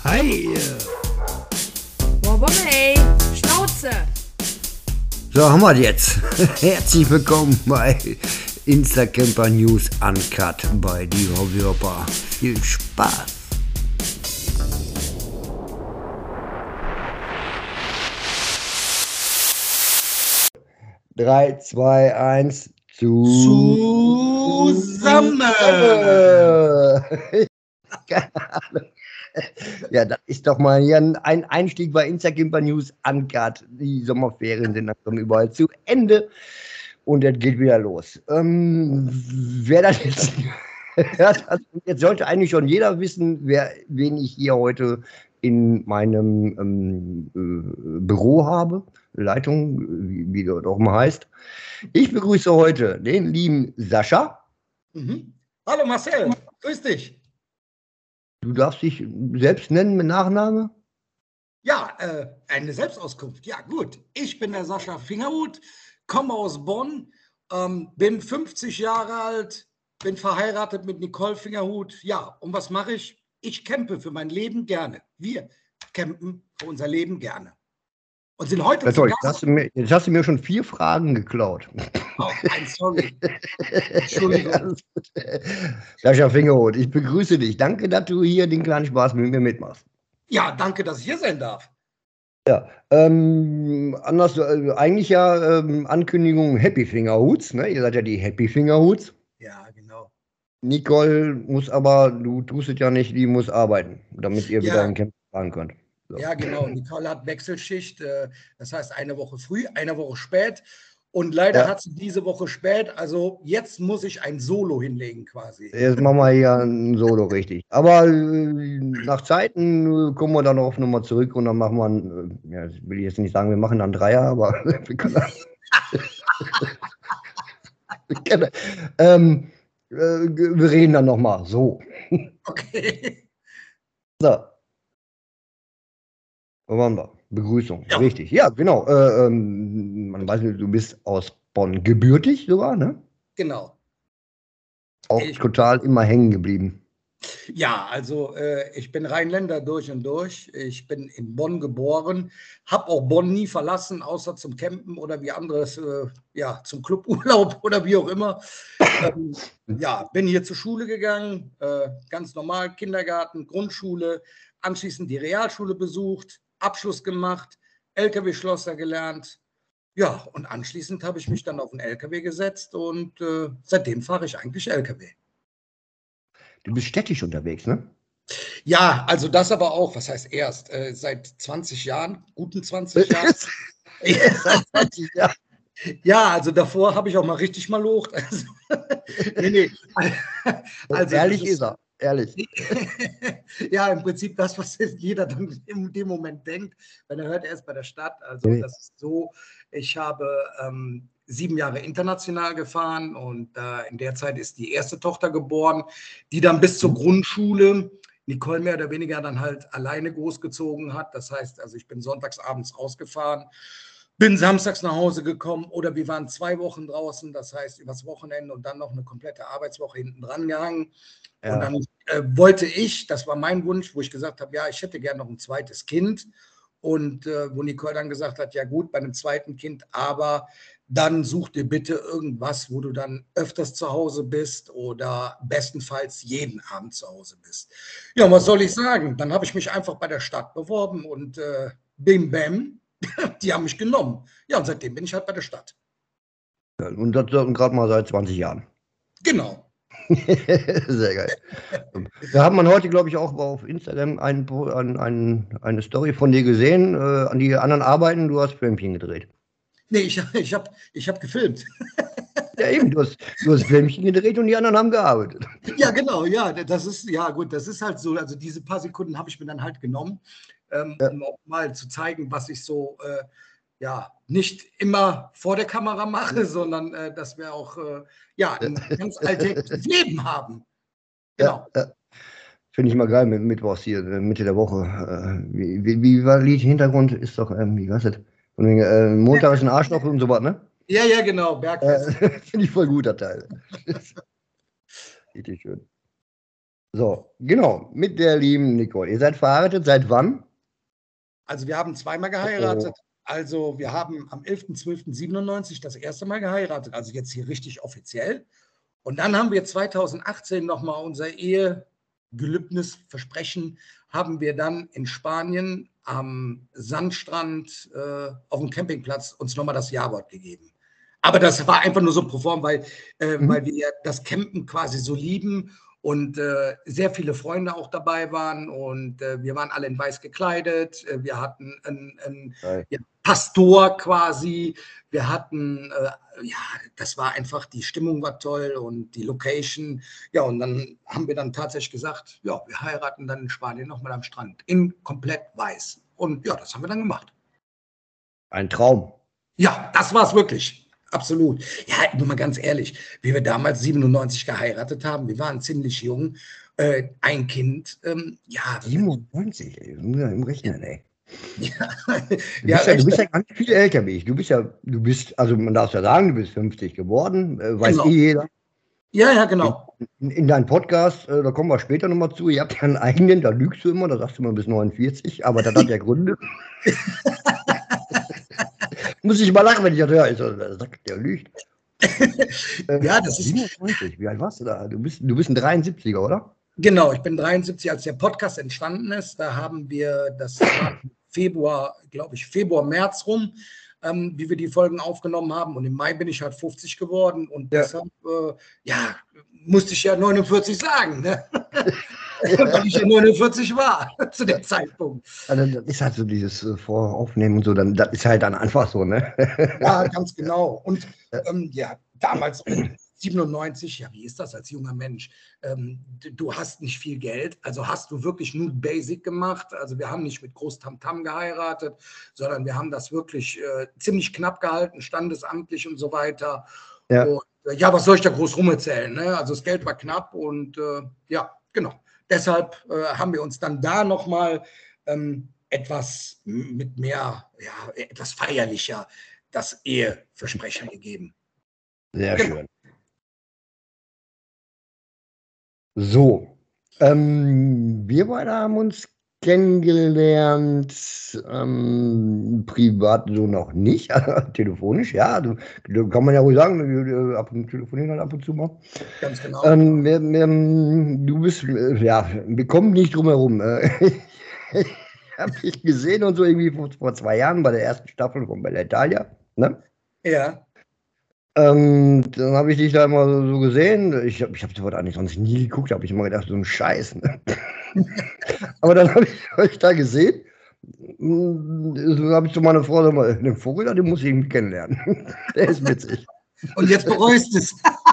Hi! Wobei, Schnauze! So, haben wir jetzt. Herzlich willkommen bei Instacamper News Uncut bei die Hobbyhopper. Viel Spaß! Drei, zwei, eins, Zusammen! Keine Ahnung. Ja, das ist doch mal hier ein Einstieg bei Instacamper News Uncut. Die Sommerferien sind langsam überall zu Ende und es geht wieder los. Wer das jetzt hört, jetzt sollte eigentlich schon jeder wissen, wen ich hier heute in meinem Büro habe. Leitung, wie das auch mal heißt. Ich begrüße heute den lieben Sascha. Hallo Marcel, grüß dich. Du darfst dich selbst nennen mit Nachname? Ja, eine Selbstauskunft. Ja, gut. Ich bin der Sascha Fingerhut, komme aus Bonn, bin 50 Jahre alt, bin verheiratet mit Nicole Fingerhut. Ja, und was mache ich? Ich campe für mein Leben gerne. Wir campen für unser Leben gerne. Und sind heute zu Gast. Jetzt hast du mir schon 4 Fragen geklaut. Oh, sorry. Entschuldigung. Sascha Fingerhut, ich begrüße dich. Danke, dass du hier den kleinen Spaß mit mir mitmachst. Ja, danke, dass ich hier sein darf. Ja, eigentlich ja Ankündigung Happy Fingerhuts, ne? Ihr seid ja die Happy Fingerhuts. Ja, genau. Nicole muss aber, du tust es ja nicht, die muss arbeiten, damit ihr wieder in Camp fahren könnt. So. Ja, genau. Nicole hat Wechselschicht, das heißt eine Woche früh, eine Woche spät. Und leider hat sie diese Woche spät, also jetzt muss ich ein Solo hinlegen quasi. Jetzt machen wir hier ein Solo richtig. Aber nach Zeiten kommen wir dann noch mal zurück und dann machen wir, ja, das will ich jetzt nicht sagen, wir machen dann Dreier, aber wir können wir reden dann noch mal so. Okay. So. Wo waren wir? Begrüßung, ja. Richtig. Ja, genau. Man weiß nicht, du bist aus Bonn gebürtig sogar, ne? Genau. Auch total immer hängen geblieben. Ja, also ich bin Rheinländer durch und durch. Ich bin in Bonn geboren, habe auch Bonn nie verlassen, außer zum Campen oder wie anderes, ja, zum Cluburlaub oder wie auch immer. Ja, bin hier zur Schule gegangen, ganz normal, Kindergarten, Grundschule, anschließend die Realschule besucht, Abschluss gemacht, LKW-Schlosser gelernt. Ja, und anschließend habe ich mich dann auf den LKW gesetzt und seitdem fahre ich eigentlich LKW. Du bist städtisch unterwegs, ne? Ja, also das aber auch, was heißt erst? Seit 20 Jahren, guten 20 Jahren. Seit 20 Jahren. Ja, also davor habe ich auch mal richtig malocht. Also, nee. Also ehrlich ist er, ehrlich. Ja, im Prinzip das, was jeder dann in dem Moment denkt, wenn er hört, er ist bei der Stadt. Also das ist so, ich habe 7 Jahre international gefahren und in der Zeit ist die erste Tochter geboren, die dann bis zur Grundschule Nicole mehr oder weniger dann halt alleine großgezogen hat. Das heißt, also ich bin sonntags abends rausgefahren, bin samstags nach Hause gekommen oder wir waren 2 Wochen draußen, das heißt übers Wochenende und dann noch eine komplette Arbeitswoche hinten dran gehangen. Ja. Und dann wollte ich, das war mein Wunsch, wo ich gesagt habe, ja, ich hätte gerne noch ein zweites Kind. Und wo Nicole dann gesagt hat, ja gut, bei einem zweiten Kind, aber dann such dir bitte irgendwas, wo du dann öfters zu Hause bist oder bestenfalls jeden Abend zu Hause bist. Ja, was soll ich sagen? Dann habe ich mich einfach bei der Stadt beworben und bim bam, die haben mich genommen. Ja, und seitdem bin ich halt bei der Stadt. Und das gerade mal seit 20 Jahren. Genau. Sehr geil. Da hat man heute, glaube ich, auch auf Instagram eine Story von dir gesehen. An die anderen Arbeiten, du hast Filmchen gedreht. Nee, ich hab gefilmt. Ja, eben, du hast Filmchen gedreht und die anderen haben gearbeitet. Ja, genau, ja, das ist, ja gut, das ist halt so, also diese paar Sekunden habe ich mir dann halt genommen, um auch mal zu zeigen, was ich so, ja, nicht immer vor der Kamera mache, sondern dass wir auch, ja, ein ganz alltägliches Leben haben. Genau. Ja. Finde ich mal geil mit Mittwochs hier, Mitte der Woche. Wie war das Lied? Hintergrund ist doch, wie heißt das? Montag ist ein Arschloch und so was, ne? Ja, genau, Bergfest. Finde ich voll gut, der Teil. Richtig schön. So, genau, mit der lieben Nicole. Ihr seid verheiratet, seit wann? Also wir haben zweimal geheiratet. Also wir haben am 11.12.97 das erste Mal geheiratet, also jetzt hier richtig offiziell. Und dann haben wir 2018 nochmal unser Ehegelübnis, Versprechen, haben wir dann in Spanien am Sandstrand auf dem Campingplatz uns nochmal das Ja-Wort gegeben. Aber das war einfach nur so pro forma, weil wir das Campen quasi so lieben und sehr viele Freunde auch dabei waren und wir waren alle in weiß gekleidet. Wir hatten einen ja, Pastor quasi. Wir hatten, ja, das war einfach, die Stimmung war toll und die Location. Ja, und dann haben wir dann tatsächlich gesagt, ja, wir heiraten dann in Spanien nochmal am Strand in komplett weiß. Und ja, das haben wir dann gemacht. Ein Traum. Ja, das war es wirklich. Absolut. Ja, mal ganz ehrlich, wie wir damals 97 geheiratet haben, wir waren ziemlich jung, ein Kind, ja. 97, ey, im Rechnen, ey. Ja, Du bist ja gar nicht viel älter wie ich. Also man darf ja sagen, du bist 50 geworden, weiß genau. jeder. Ja, genau. In deinem Podcast, da kommen wir später nochmal zu, ihr habt ja einen eigenen, da lügst du immer, da sagst du immer bis 49, aber das hat ja Gründe. Muss ich mal lachen, wenn ich das höre. Also, der lügt. Ja, das ist. 97, wie alt warst du da? Du bist ein 73er, oder? Genau, ich bin 73, als der Podcast entstanden ist. Da haben wir, das war Februar, glaube ich, Februar, März rum, wie wir die Folgen aufgenommen haben. Und im Mai bin ich halt 50 geworden. Und deshalb, ja, musste ich ja 49 sagen, ne? Weil ich ja 49 war zu dem Zeitpunkt. Also, das ist halt so dieses Voraufnehmen und so, das ist halt dann einfach so, ne? Ja, ganz genau. Und ja, damals 97, ja, wie ist das als junger Mensch? Du hast nicht viel Geld, also hast du wirklich nur Basic gemacht. Also wir haben nicht mit Groß Tamtam geheiratet, sondern wir haben das wirklich ziemlich knapp gehalten, standesamtlich und so weiter. Ja. Und ja, was soll ich da groß rumerzählen? Ne? Also das Geld war knapp und ja, genau. Deshalb haben wir uns dann da nochmal etwas mit mehr, ja, etwas feierlicher das Eheversprechen gegeben. Sehr schön. So, wir beide haben uns kennengelernt, privat so noch nicht, telefonisch, ja, kann man ja wohl sagen, wir telefonieren halt ab und zu mal. Ganz genau. Du bist, ja, wir kommen nicht drum herum. Ich habe dich gesehen und so irgendwie vor 2 Jahren bei der ersten Staffel von Bella Italia, ne? Ja. Dann habe ich dich da immer so gesehen. Ich hab sowas eigentlich sonst nie geguckt, habe ich immer gedacht, so ein Scheiß. Ne? Aber dann habe ich euch da gesehen. So habe ich zu meiner Frau gesagt, den Vogel, den muss ich irgendwie kennenlernen. Der ist witzig. Und jetzt bereust es.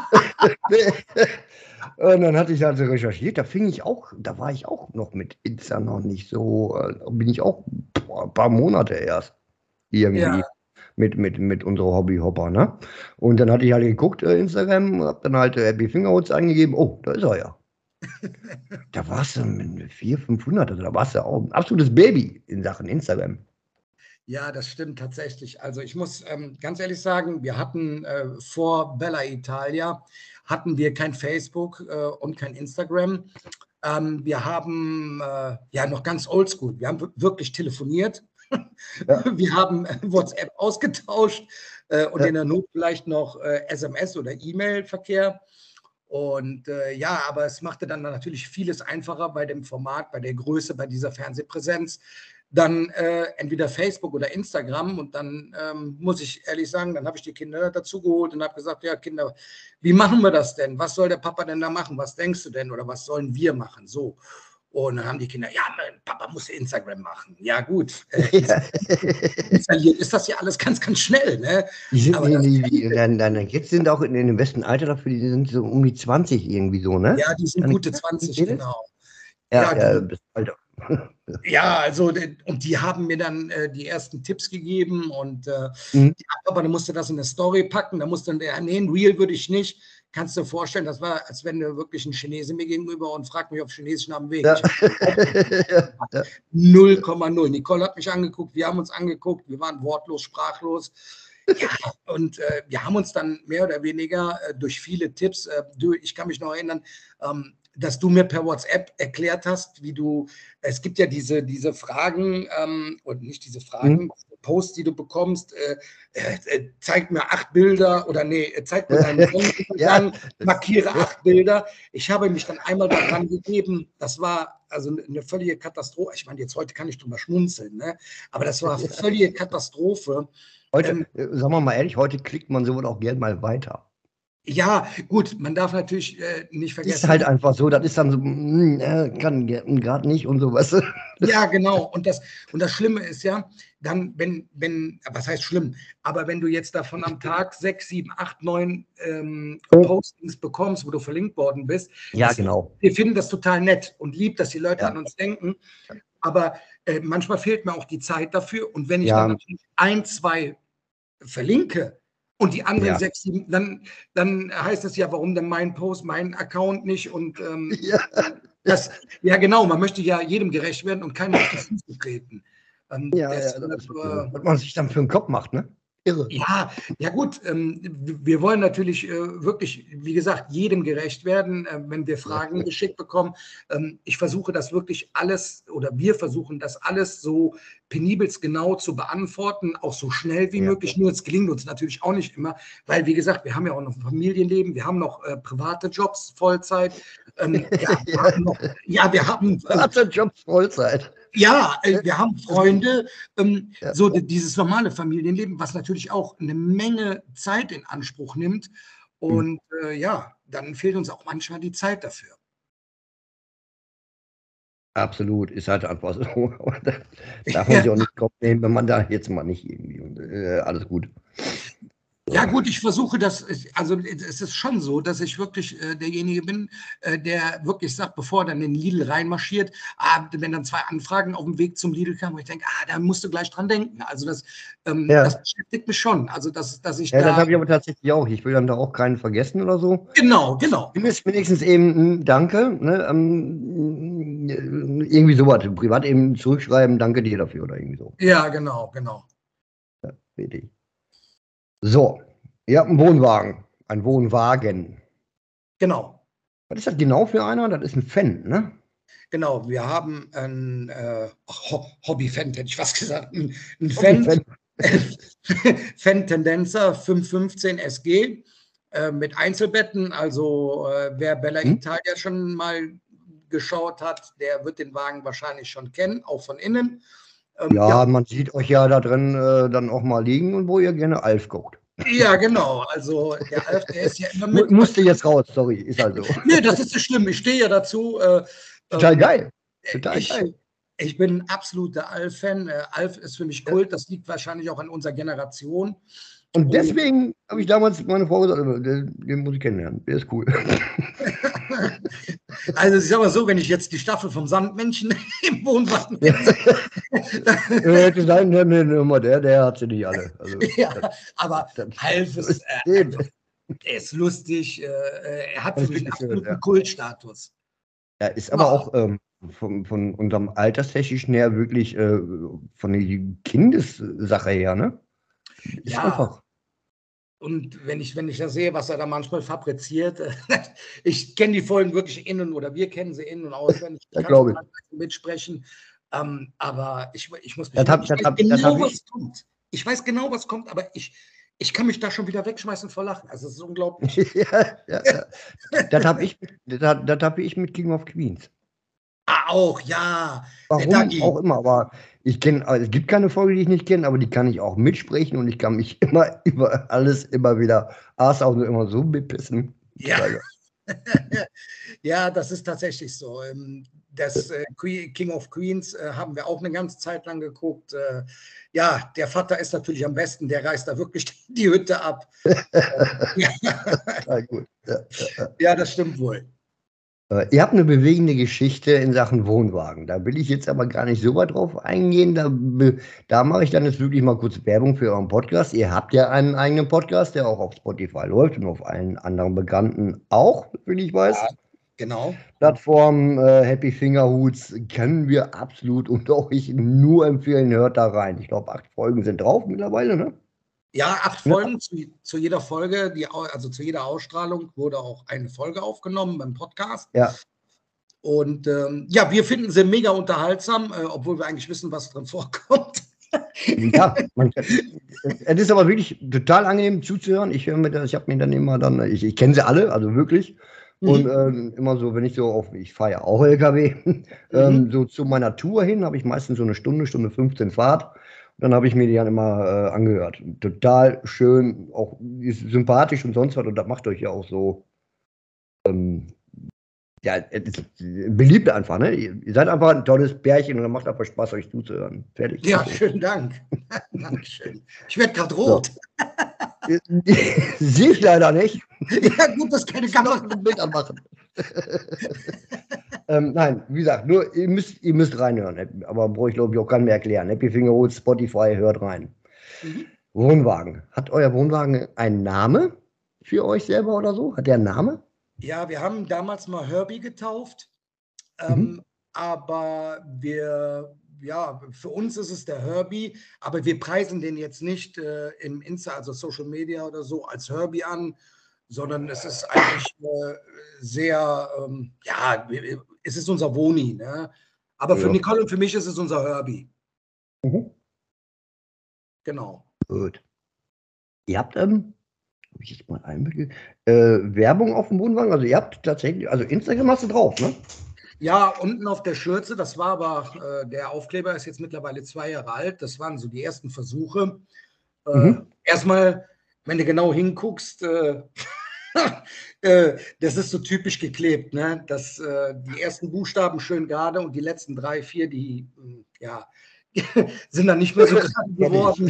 Und dann hatte ich halt so recherchiert, da war ich auch noch mit Insta noch nicht so, bin ich auch ein paar Monate erst irgendwie. Ja. Mit unserer Hobbyhopper, ne? Und dann hatte ich halt geguckt, Instagram, hab dann halt Happy Fingerhoods eingegeben. Oh, da ist er ja. Da warst du mit 400, 500, also da warst du auch ein absolutes Baby in Sachen Instagram. Ja, das stimmt tatsächlich. Also ich muss ganz ehrlich sagen, wir hatten vor Bella Italia, hatten wir kein Facebook und kein Instagram. Wir haben ja noch ganz oldschool, wir haben wirklich telefoniert. Ja. Wir haben WhatsApp ausgetauscht und in der Not vielleicht noch SMS oder E-Mail-Verkehr. Und ja, aber es machte dann natürlich vieles einfacher bei dem Format, bei der Größe, bei dieser Fernsehpräsenz. Dann entweder Facebook oder Instagram. Und dann muss ich ehrlich sagen, dann habe ich die Kinder dazu geholt und habe gesagt, ja Kinder, wie machen wir das denn? Was soll der Papa denn da machen? Was denkst du denn? Oder was sollen wir machen? So. Und dann haben die Kinder, ja, mein Papa muss Instagram machen. Ja, gut. Installiert ist das ja alles ganz, ganz schnell. Ne? Deine Kids sind auch in dem besten Alter dafür, die sind so um die 20 irgendwie so, ne? Ja, die sind gute 20, genau. Ja, ja, also, und die haben mir dann die ersten Tipps gegeben und aber dann musste das in eine Story packen, da musste dann, nee, ein Reel würde ich nicht. Kannst du dir vorstellen, das war, als wenn du wirklich ein Chinese mir gegenüber und fragt mich auf Chinesisch nach dem Weg. Ja. 0,0. Nicole hat mich angeguckt, wir haben uns angeguckt, wir waren wortlos, sprachlos. Ja, und wir haben uns dann mehr oder weniger durch viele Tipps, ich kann mich noch erinnern, dass du mir per WhatsApp erklärt hast, es gibt ja diese Fragen, und nicht diese Fragen, Posts, die du bekommst, zeig mir 8 Bilder oder zeig mir deinen Sonnenuntergang, markiere 8 Bilder. Ich habe mich dann einmal daran gegeben, das war also eine völlige Katastrophe. Ich meine, jetzt heute kann ich drüber schmunzeln, ne? Aber das war völlige Katastrophe. Heute, sagen wir mal ehrlich, heute klickt man sowas auch gerne mal weiter. Ja, gut, man darf natürlich nicht vergessen. Ist halt einfach so, das ist dann so, kann gerade nicht und so, weißt du? Ja, genau. Und das Schlimme ist ja, dann, was heißt schlimm? Aber wenn du jetzt davon am Tag 6, 7, 8, 9 Postings bekommst, wo du verlinkt worden bist, ja, genau. Wir finden das total nett und lieb, dass die Leute an uns denken. Aber manchmal fehlt mir auch die Zeit dafür. Und wenn ich dann natürlich 1, 2 verlinke, und die anderen 6, 7, dann heißt es ja, warum denn mein Post, mein Account nicht? Und genau, man möchte ja jedem gerecht werden und keiner auf die Füße treten. Was man sich dann für einen Kopf macht, ne? Irre. Ja gut, wir wollen natürlich wirklich, wie gesagt, jedem gerecht werden, wenn wir Fragen geschickt bekommen. Ich versuche das wirklich alles, oder wir versuchen das alles so penibelst genau zu beantworten, auch so schnell wie möglich. Nur es gelingt uns natürlich auch nicht immer, weil, wie gesagt, wir haben ja auch noch ein Familienleben, wir haben noch private Jobs, Vollzeit. Wir haben private Jobs, Vollzeit. Ja, wir haben Freunde, so dieses normale Familienleben, was natürlich auch eine Menge Zeit in Anspruch nimmt. Und dann fehlt uns auch manchmal die Zeit dafür. Absolut, ist halt einfach so. Darf man sich auch nicht Kopf nehmen, wenn man da jetzt mal nicht irgendwie, alles gut. Ja gut, ich versuche das, also es ist schon so, dass ich wirklich derjenige bin, der wirklich sagt, bevor er dann in den Lidl reinmarschiert, wenn dann 2 Anfragen auf dem Weg zum Lidl kamen, wo ich denke, da musst du gleich dran denken. Also das beschäftigt mich schon. Also dass ich das habe ich aber tatsächlich auch. Ich will dann da auch keinen vergessen oder so. Genau. Wenigstens eben Danke, ne? Irgendwie sowas, privat eben zurückschreiben, danke dir dafür oder irgendwie so. Ja, genau. Ja, richtig. So, ihr habt einen Wohnwagen. Ein Wohnwagen. Genau. Was ist das genau für einer? Das ist ein Fendt, ne? Genau, wir haben ein Hobby-Fendt, hätte ich fast gesagt. Ein Fendt Tendenza 515 SG mit Einzelbetten. Also wer Bella Italia schon mal geschaut hat, der wird den Wagen wahrscheinlich schon kennen, auch von innen. Man sieht euch ja da drin dann auch mal liegen und wo ihr gerne Alf guckt. Ja, genau. Also der Alf, der ist ja immer mit. Musste jetzt raus, sorry, ist halt so. Nee, das ist so schlimm. Ich stehe ja dazu. Total geil. Ich bin ein absoluter Alf-Fan. Alf ist für mich Kult. Das liegt wahrscheinlich auch an unserer Generation. Und deswegen habe ich damals meine Frau gesagt, den muss ich kennenlernen. Der ist cool. Also ich sag mal so, wenn ich jetzt die Staffel vom Sandmännchen im Wohnwagen hätte sein können, der hat sie nicht alle. Also, aber Alf ist, er ist lustig. Er hat für mich einen absoluten Kultstatus. Ja, ist aber auch von unserem Alterstechnischen her wirklich von der Kindessache her, ne? Ist einfach. Und wenn ich das sehe, was er da manchmal fabriziert, ich kenne die Folgen wirklich oder wir kennen sie innen und auswendig. Ich kann mitsprechen. Aber ich muss mich Ich weiß genau, was kommt, aber ich kann mich da schon wieder wegschmeißen vor Lachen. Also es ist unglaublich. Das habe ich mit King of Queens. Auch, ja. Warum auch immer, aber es gibt keine Folge, die ich nicht kenne, aber die kann ich auch mitsprechen und ich kann mich immer über alles immer wieder auch immer so bepissen. Ja, das ist tatsächlich so. Das King of Queens haben wir auch eine ganze Zeit lang geguckt. Der Vater ist natürlich am besten, der reißt da wirklich die Hütte ab. Gut. Ja, das stimmt wohl. Ihr habt eine bewegende Geschichte in Sachen Wohnwagen. Da will ich jetzt aber gar nicht so weit drauf eingehen. Da mache ich dann jetzt wirklich mal kurz Werbung für euren Podcast. Ihr habt ja einen eigenen Podcast, der auch auf Spotify läuft und auf allen anderen Bekannten auch, wie ich weiß. Ja, genau. Plattform Happy Fingerhuts können wir absolut und euch nur empfehlen. Hört da rein. Ich glaube, 8 Folgen sind drauf mittlerweile, ne? Ja, 8 Folgen zu jeder Folge, also zu jeder Ausstrahlung wurde auch eine Folge aufgenommen beim Podcast. Ja. Und ja, wir finden sie mega unterhaltsam, obwohl wir eigentlich wissen, was drin vorkommt. Ja, es ist aber wirklich total angenehm zuzuhören. Ich höre mir das, ich habe mir dann immer ich kenne sie alle, also wirklich. Und immer so, wenn ich ich fahre ja auch LKW, so zu meiner Tour hin habe ich meistens so eine Stunde 15 Fahrt. Und dann habe ich mir die dann immer angehört. Total schön, auch ist sympathisch und sonst was. Und das macht euch ja auch so, ja, es ist beliebt einfach, ne? Ihr seid einfach ein tolles Pärchen und dann macht einfach Spaß, euch zuzuhören. Fertig. Ja, schönen Dank. Dankeschön. Ich werde gerade rot. So. Sehe ich leider nicht. Ja, gut, dass keine Kamera ein Bild anmachen. Nein, wie gesagt, nur ihr müsst reinhören. Aber brauche ich, glaube ich, auch keinen mehr erklären. Happy Fingerhood, Spotify, hört rein. Wohnwagen. Hat euer Wohnwagen einen Namen für euch selber oder so? Hat der einen Namen? Ja, wir haben damals mal Herbie getauft. Aber für uns ist es der Herbie, aber wir preisen den jetzt nicht im Insta, also Social Media oder so, als Herbie an, sondern es ist eigentlich sehr, es ist unser Woni, ne? Aber für Nicole und für mich ist es unser Herbie. Genau. Gut. Ihr habt, ich jetzt mal Werbung auf dem Wohnwagen, also ihr habt tatsächlich, also Instagram hast du drauf, ne? Ja, unten auf der Schürze, das war aber, der Aufkleber ist jetzt mittlerweile 2 Jahre alt, das waren so die ersten Versuche. Erstmal, wenn du genau hinguckst, das ist so typisch geklebt, ne? Die ersten Buchstaben schön gerade und die letzten 3, 4, die sind dann nicht mehr so gerade geworden.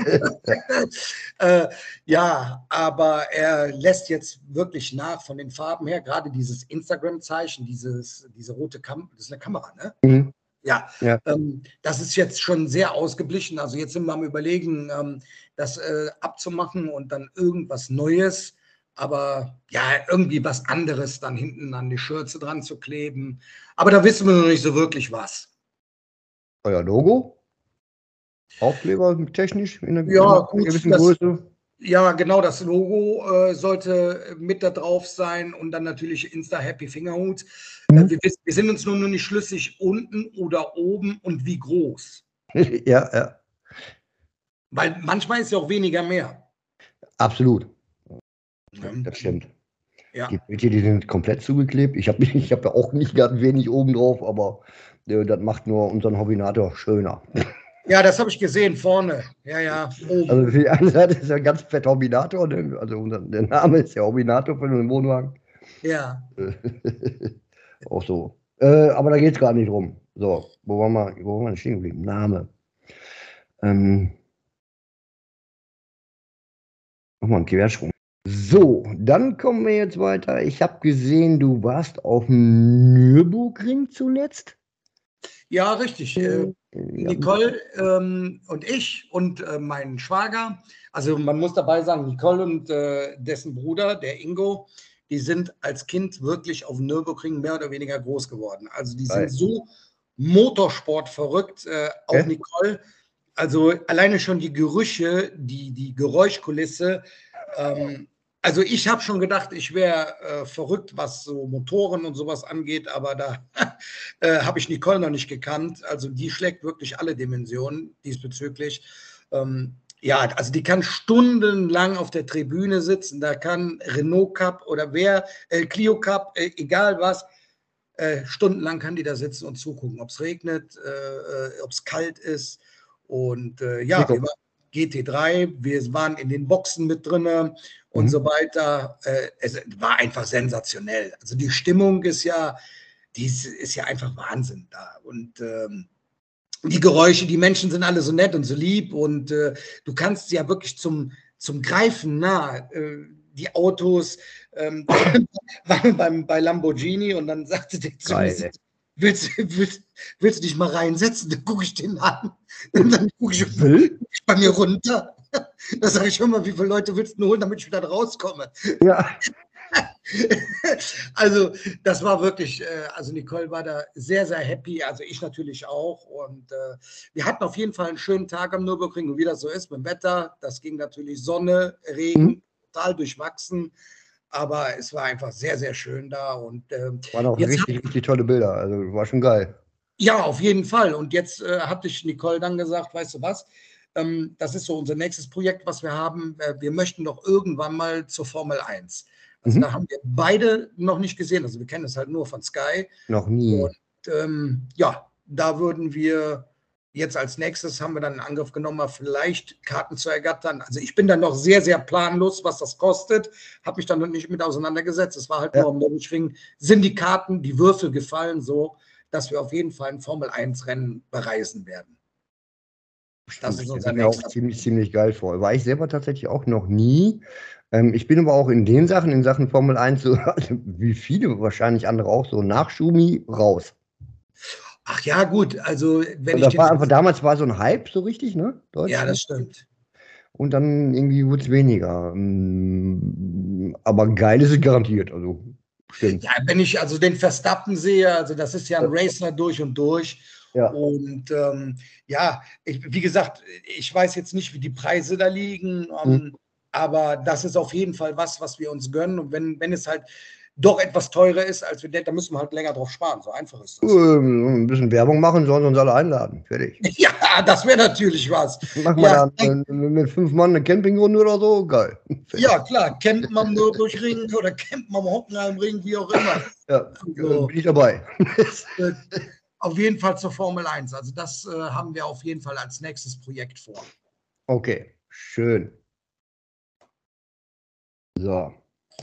Ja, aber er lässt jetzt wirklich nach von den Farben her, gerade dieses Instagram-Zeichen, diese rote Kamera, das ist eine Kamera, ne? Ja, das ist jetzt schon sehr ausgeblichen. Also jetzt sind wir am Überlegen, das abzumachen und dann irgendwas Neues, aber ja, irgendwie was anderes dann hinten an die Schürze dran zu kleben. Aber da wissen wir noch nicht so wirklich was. Euer Logo? Aufkleber technisch in einer gewissen das, Größe? ja, genau, das Logo sollte mit da drauf sein und dann natürlich Insta Happy Fingerhut. Wir sind uns nur nicht schlüssig, unten oder oben und wie groß. Ja. Weil manchmal ist ja auch weniger mehr. Absolut. Das stimmt. Ja. Die Bildchen, die sind komplett zugeklebt. Ich habe ja auch nicht ganz wenig oben drauf, aber das macht nur unseren Hobbynator schöner. Ja, das habe ich gesehen, vorne. Ja, oben. Also für die eine Seite ist ja ein ganz fett Hobbynator, also der Name ist ja Hobbynator für den Wohnwagen. Ja. Auch so. Aber da geht es gar nicht rum. So, wo waren wir denn stehen geblieben? Name. Nochmal einen Quersprung. So, dann kommen wir jetzt weiter. Ich habe gesehen, du warst auf dem Nürburgring zuletzt. Ja, richtig. Nicole und ich und mein Schwager, also man muss dabei sagen, Nicole und dessen Bruder, der Ingo, die sind als Kind wirklich auf dem Nürburgring mehr oder weniger groß geworden. Also die sind so Motorsport verrückt, auch Nicole. Also alleine schon die Gerüche, die Geräuschkulisse. Also ich habe schon gedacht, ich wäre verrückt, was so Motoren und sowas angeht, aber da habe ich Nicole noch nicht gekannt. Also die schlägt wirklich alle Dimensionen diesbezüglich. Ja, also die kann stundenlang auf der Tribüne sitzen, da kann Renault Cup oder Clio Cup, egal was, stundenlang kann die da sitzen und zugucken, ob es regnet, ob es kalt ist. Und ja, wir waren GT3, wir waren in den Boxen mit drin und so weiter. Es war einfach sensationell. Also die Stimmung ist ja einfach Wahnsinn da. Und die Geräusche, die Menschen sind alle so nett und so lieb und du kannst sie ja wirklich zum Greifen nah. Die Autos waren bei Lamborghini und dann sagte der zu mir, willst du dich mal reinsetzen? Dann gucke ich den an und dann gucke ich bei mir runter. Da sage ich, hör mal, wie viele Leute willst du holen, damit ich wieder rauskomme? Ja. Also das war wirklich, also Nicole war da sehr, sehr happy, also ich natürlich auch und wir hatten auf jeden Fall einen schönen Tag am Nürburgring und wie das so ist mit dem Wetter, das ging natürlich Sonne, Regen, total durchwachsen, aber es war einfach sehr, sehr schön da. Und Waren auch jetzt richtig, richtig tolle Bilder. Also war schon geil. ja, auf jeden Fall. Und jetzt hatte ich Nicole dann gesagt, weißt du was, das ist so unser nächstes Projekt, was wir haben. Wir möchten doch irgendwann mal zur Formel 1. Also da haben wir beide noch nicht gesehen. Also wir kennen es halt nur von Sky. Noch nie. Und ja, da würden wir jetzt als nächstes, haben wir dann in Angriff genommen, mal vielleicht Karten zu ergattern. Also ich bin dann noch sehr, sehr planlos, was das kostet. Habe mich dann noch nicht mit auseinandergesetzt. Es war halt nur am Nürburgring. Sind die Karten, die Würfel gefallen so, dass wir auf jeden Fall ein Formel-1-Rennen bereisen werden. Das ist unser mir auch nächster. ziemlich geil vor. War ich selber tatsächlich auch noch nie. Ich bin aber auch in Sachen Formel 1, so, wie viele wahrscheinlich andere auch, so nach Schumi raus. Ach ja, gut, also wenn Und ich das war einfach, damals war so ein Hype, so richtig, ne? ja, das stimmt. Und dann irgendwie wurde es weniger. Aber geil ist es garantiert, also stimmt. Ja, wenn ich also den Verstappen sehe, also das ist ja ein Racer durch und durch. Ja. Und ja, wie gesagt, ich weiß jetzt nicht, wie die Preise da liegen, aber das ist auf jeden Fall was wir uns gönnen. Und wenn es halt doch etwas teurer ist, als wir denken, dann müssen wir halt länger drauf sparen. So einfach ist das. Ein bisschen Werbung machen, sollen sie uns alle einladen. Fertig. Ja, das wäre natürlich was. Machen wir dann mit 5 Mann eine Campingrunde oder so? Geil. Ja, klar, campen am Nürburgring oder campen am Hockenheimring, wie auch immer. Ja, also, bin ich dabei. Auf jeden Fall zur Formel 1. Also das haben wir auf jeden Fall als nächstes Projekt vor. Okay, schön. So.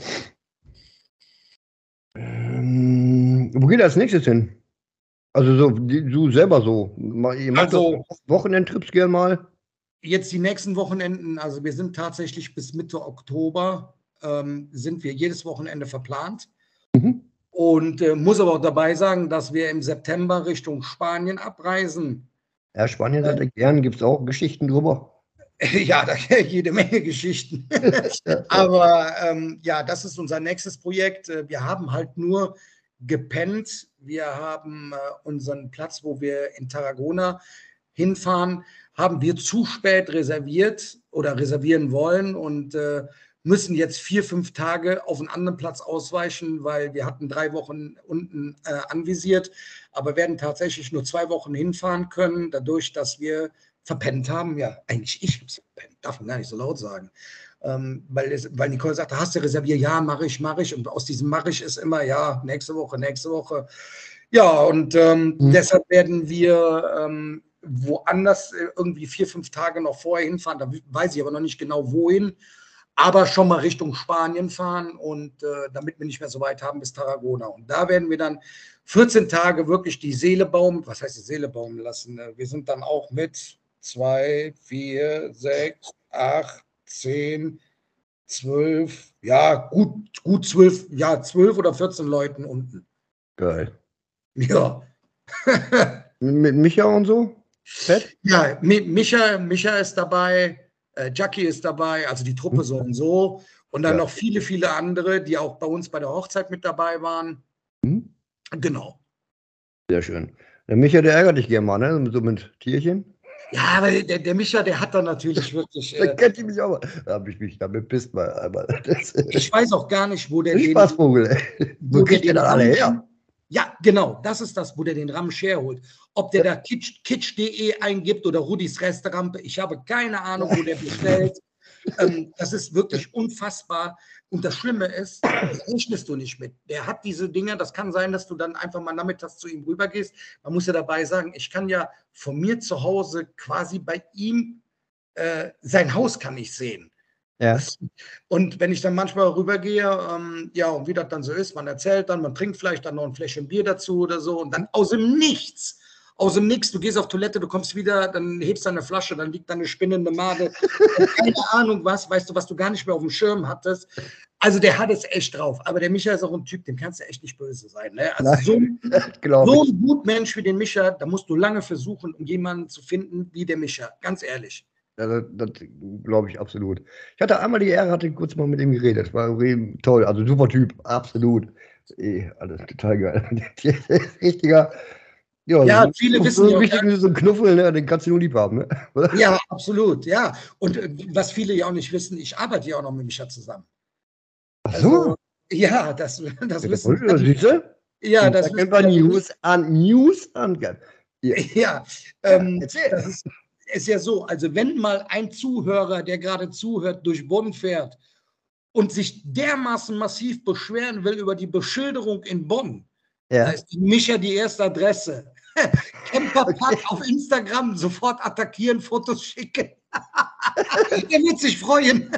Wo geht als nächstes hin? Also so, du selber so. Ihr macht also Wochenendtrips gerne mal? Jetzt die nächsten Wochenenden, also wir sind tatsächlich bis Mitte Oktober, sind wir jedes Wochenende verplant. Und muss aber auch dabei sagen, dass wir im September Richtung Spanien abreisen. Ja, Spanien seid ihr gern, gibt es auch Geschichten drüber? Ja, da jede Menge Geschichten. Aber ja, das ist unser nächstes Projekt. Wir haben halt nur gepennt. Wir haben unseren Platz, wo wir in Tarragona hinfahren, haben wir zu spät reserviert oder reservieren wollen und müssen jetzt 4, 5 Tage auf einen anderen Platz ausweichen, weil wir hatten 3 Wochen unten anvisiert, aber werden tatsächlich nur 2 Wochen hinfahren können, dadurch, dass wir verpennt haben. Ja, eigentlich ich habe es verpennt, darf man gar nicht so laut sagen. Weil Nicole sagte, hast du reserviert? Ja, mache ich. Und aus diesem mache ich ist immer, ja, nächste Woche. Ja, und deshalb werden wir woanders irgendwie 4, 5 Tage noch vorher hinfahren. Da weiß ich aber noch nicht genau, wohin. Aber schon mal Richtung Spanien fahren und damit wir nicht mehr so weit haben bis Tarragona. Und da werden wir dann 14 Tage wirklich die Seele baumen. Was heißt die Seele baumen lassen? Wir sind dann auch mit 2, 4, 6, 8, 10, 12, ja, gut 12, ja, 12 oder 14 Leuten unten. Geil. Ja. Mit Micha und so? Fett? Ja, Micha ist dabei, Jackie ist dabei, also die Truppe so und so. Und dann noch viele, viele andere, die auch bei uns bei der Hochzeit mit dabei waren. Genau. Sehr schön. Der Micha, der ärgert dich gerne mal, ne? So mit Tierchen. Ja, aber der Micha, der hat dann natürlich wirklich. Da kennt ihr mich auch. Da habe ich mich damit pisst mal. Ich weiß auch gar nicht, wo der den. Spaßvogel, ey. Wo kriegt der dann alle her? Ja, genau, das ist das, wo der den Ramsch herholt. Ob der da kitsch.de eingibt oder Rudis Restaurant, ich habe keine Ahnung, wo der bestellt. Das ist wirklich unfassbar. Und das Schlimme ist, das rechnest du nicht mit. Der hat diese Dinger, das kann sein, dass du dann einfach mal nachmittags zu ihm rübergehst. Man muss ja dabei sagen, ich kann ja von mir zu Hause quasi bei ihm, sein Haus kann ich sehen. Ja. Und wenn ich dann manchmal rübergehe, ja, und wie das dann so ist, man erzählt dann, man trinkt vielleicht dann noch ein Fläschchen Bier dazu oder so und dann aus dem Nichts, du gehst auf Toilette, du kommst wieder, dann hebst du eine Flasche, dann liegt da eine spinnende Made, keine Ahnung was, weißt du, was du gar nicht mehr auf dem Schirm hattest. Also der hat es echt drauf, aber der Micha ist auch ein Typ, dem kannst du echt nicht böse sein. Ne? Also so ein gut Mensch wie den Micha, da musst du lange versuchen, um jemanden zu finden wie der Micha, ganz ehrlich. Das glaube ich absolut. Ich hatte einmal die Ehre, hatte kurz mal mit ihm geredet. Das war toll, also super Typ, absolut. Alles total geil. Richtiger. Ja, so viele wissen ja auch. So ein Knuffel, ne? Den kannst du nur lieb haben. Ne? Ja, absolut, ja. Und was viele ja auch nicht wissen, ich arbeite ja auch noch mit Micha zusammen. Ach so. Ja, das wissen Siehst du? Ja, das News Uncut. Ja, Erzähl. das ist ja so, also wenn mal ein Zuhörer, der gerade zuhört, durch Bonn fährt und sich dermaßen massiv beschweren will über die Beschilderung in Bonn, da ist Micha die erste Adresse. Camperpark auf Instagram, sofort attackieren, Fotos schicken. Der wird sich freuen.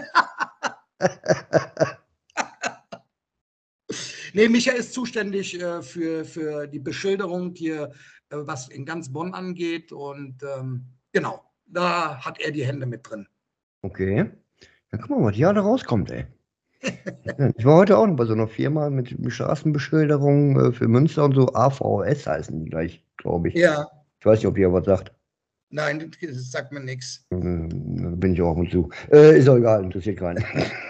Nee, Micha ist zuständig für die Beschilderung hier, was in ganz Bonn angeht. Und genau, da hat er die Hände mit drin. Okay. Ja, guck mal, was hier alle rauskommt, ey. Ich war heute auch bei so einer Firma mit Straßenbeschilderung für Münster und so. AVS heißen die gleich, glaube ich. Ja. Ich weiß nicht, ob ihr was sagt. Nein, das sagt mir nichts. Bin ich auch mit zu. Ist auch egal, interessiert keinen.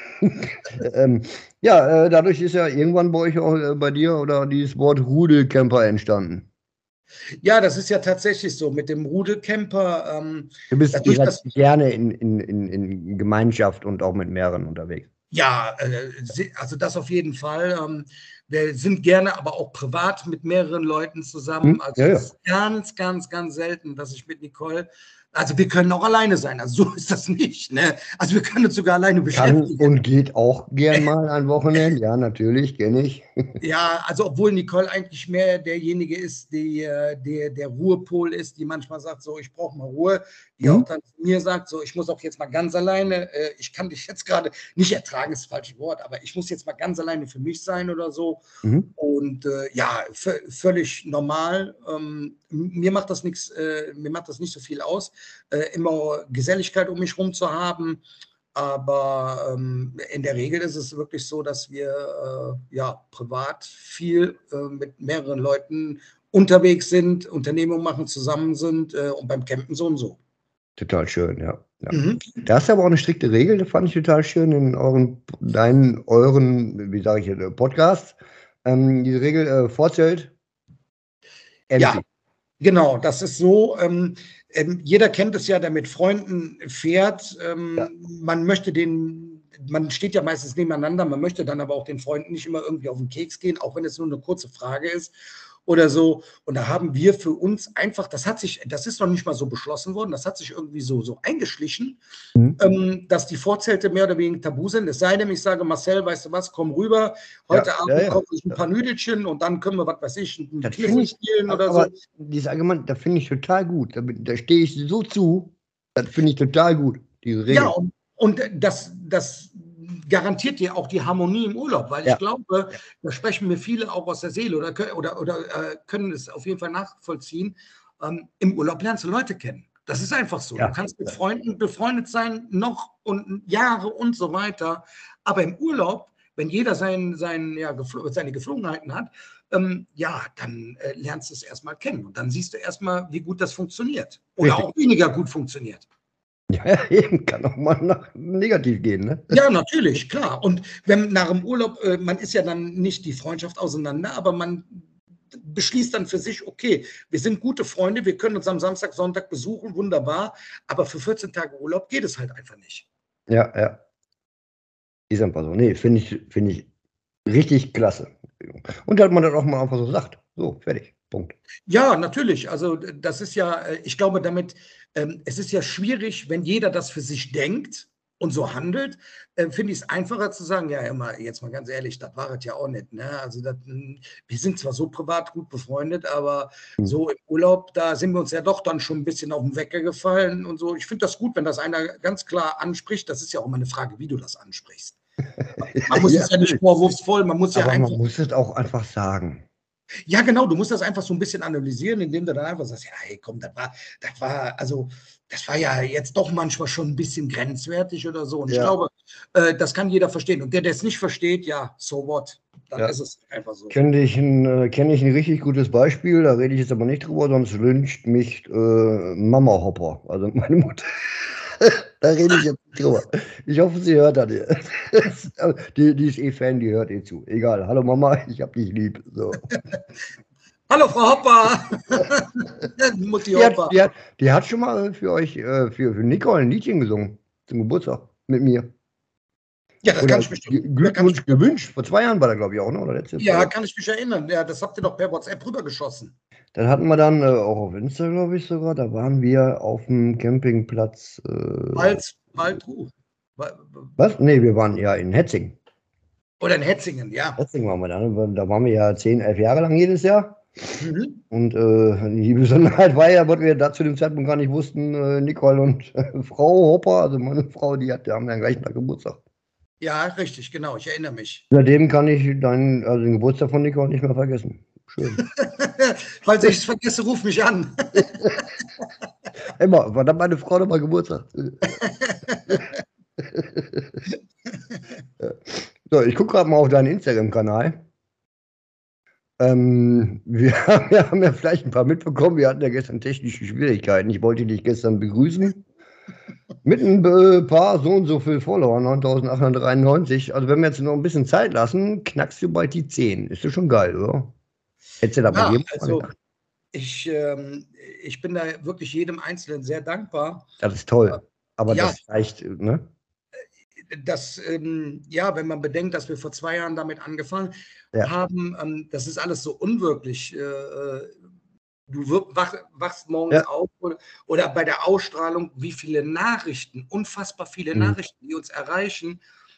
Dadurch ist ja irgendwann bei euch auch bei dir oder dieses Wort Rudelcamper entstanden. Ja, das ist ja tatsächlich so mit dem Rudelcamper. Du bist gerne in Gemeinschaft und auch mit mehreren unterwegs. Ja, also das auf jeden Fall. Wir sind gerne, aber auch privat mit mehreren Leuten zusammen. Also es ist ganz, ganz, ganz selten, dass ich mit Nicole, also wir können auch alleine sein, also so ist das nicht. Ne? Also wir können uns sogar alleine beschäftigen. Kann und geht auch gern mal ein Wochenende, ja, natürlich, kenne ich. Ja, also obwohl Nicole eigentlich mehr derjenige ist, der Ruhepol ist, die manchmal sagt, so, ich brauche mal Ruhe, die auch dann zu mir sagt, so, ich muss auch jetzt mal ganz alleine, ich kann dich jetzt gerade nicht ertragen, ist das falsche Wort, aber ich muss jetzt mal ganz alleine für mich sein oder so. Und völlig normal. Mir macht das nichts, mir macht das nicht so viel aus, immer Geselligkeit um mich rum zu haben. Aber in der Regel ist es wirklich so, dass wir privat viel mit mehreren Leuten unterwegs sind, Unternehmungen machen, zusammen sind und beim Campen so und so. Total schön, ja. Da hast du aber auch eine strikte Regel, das fand ich total schön in euren, wie sage ich, Podcasts. Diese Regel, Vorzelt, empty. Ja, genau, das ist so. Jeder kennt es ja, der mit Freunden fährt. Man steht ja meistens nebeneinander, man möchte dann aber auch den Freunden nicht immer irgendwie auf den Keks gehen, auch wenn es nur eine kurze Frage ist oder so. Und da haben wir für uns einfach, das ist noch nicht mal so beschlossen worden, das hat sich irgendwie so eingeschlichen, dass die Vorzelte mehr oder weniger tabu sind. Es sei denn, ich sage, Marcel, weißt du was, komm rüber, heute Abend koche ich ein paar Nüdelchen und dann können wir, was weiß ich, ein Kniffel spielen oder so. Dieses Argument, das finde ich total gut. Da stehe ich so zu, das finde ich total gut, diese Regel. Ja, und das garantiert dir auch die Harmonie im Urlaub, weil ich glaube, da sprechen mir viele auch aus der Seele oder können es auf jeden Fall nachvollziehen. Im Urlaub lernst du Leute kennen. Das ist einfach so. Du kannst mit Freunden befreundet sein, noch und Jahre und so weiter. Aber im Urlaub, wenn jeder seine Geflogenheiten hat, dann lernst du es erstmal kennen. Und dann siehst du erstmal, wie gut das funktioniert. Oder auch weniger gut funktioniert. Ja, eben, kann auch mal negativ gehen, ne? Ja, natürlich, klar. Und wenn nach dem Urlaub, man ist ja dann nicht die Freundschaft auseinander, aber man beschließt dann für sich, okay, wir sind gute Freunde, wir können uns am Samstag, Sonntag besuchen, wunderbar, aber für 14 Tage Urlaub geht es halt einfach nicht. Ja. Ist einfach so. Nee, finde ich richtig klasse. Und dass man das auch mal einfach so sagt. So, fertig. Punkt. Ja, natürlich. Also das ist ja, ich glaube damit, es ist ja schwierig, wenn jeder das für sich denkt und so handelt, finde ich es einfacher zu sagen, ja, immer, jetzt mal ganz ehrlich, das war es ja auch nicht. Ne? Also wir sind zwar so privat gut befreundet, aber so im Urlaub, da sind wir uns ja doch dann schon ein bisschen auf den Wecker gefallen und so. Ich finde das gut, wenn das einer ganz klar anspricht. Das ist ja auch immer eine Frage, wie du das ansprichst. Man muss es ja nicht vorwurfsvoll, man muss man muss es auch einfach sagen. Ja, genau, du musst das einfach so ein bisschen analysieren, indem du dann einfach sagst, ja, hey, komm, das war ja jetzt doch manchmal schon ein bisschen grenzwertig oder so. Und ich glaube, das kann jeder verstehen. Und der es nicht versteht, ja, so what? Dann ist es einfach so. Kenne ich ein richtig gutes Beispiel, da rede ich jetzt aber nicht drüber, sonst lyncht mich Mama Hopper, also meine Mutter. Da rede ich jetzt nicht drüber. Ich hoffe, sie hört das. Die ist eh Fan, die hört eh zu. Egal. Hallo Mama, ich hab dich lieb. So. Hallo Frau Hopper. Mutti Hopper. Die hat schon mal für euch, für Nicole ein Liedchen gesungen zum Geburtstag mit mir. Ja, das Oder kann ich mich Glückwunsch gewünscht. Vor 2 Jahren war der, glaube ich, auch, ne? Oder letztes Ja, Jahr. kann ich mich erinnern. Ja, das habt ihr doch per WhatsApp rübergeschossen. Das hatten wir dann auch auf Insta, glaube ich, sogar. Da waren wir auf dem Campingplatz. Waldruf. Was? Nee, wir waren ja in Hetzing. Oder in Hetzingen, ja. Hetzing waren wir dann. Da waren wir ja 10, 11 Jahre lang jedes Jahr. Mhm. Und die Besonderheit war ja, was wir da zu dem Zeitpunkt gar nicht wussten, Nicole und Frau Hopper, also meine Frau, die haben ja am gleichen Tag Geburtstag. Ja, richtig, genau. Ich erinnere mich. Seitdem kann ich den Geburtstag von Nicole nicht mehr vergessen. Schön. Falls ich es vergesse, ruf mich an. Immer, wann hat meine Frau noch mal Geburtstag? So, ich gucke gerade mal auf deinen Instagram-Kanal. Wir haben ja vielleicht ein paar mitbekommen. Wir hatten ja gestern technische Schwierigkeiten. Ich wollte dich gestern begrüßen. Mit ein paar so und so viel Follower, 9.893. Also wenn wir jetzt noch ein bisschen Zeit lassen, knackst du bald die 10. Ist das schon geil, oder? Hättest du da bei Ja, jedem also gedacht? ich bin da wirklich jedem Einzelnen sehr dankbar. Das ist toll. Aber Ja. das reicht, ne? Ja, wenn man bedenkt, dass wir vor 2 Jahren damit angefangen haben, das ist alles so unwirklich. Du wachst morgens auf oder bei der Ausstrahlung, wie viele Nachrichten, unfassbar viele Nachrichten, die uns erreichen.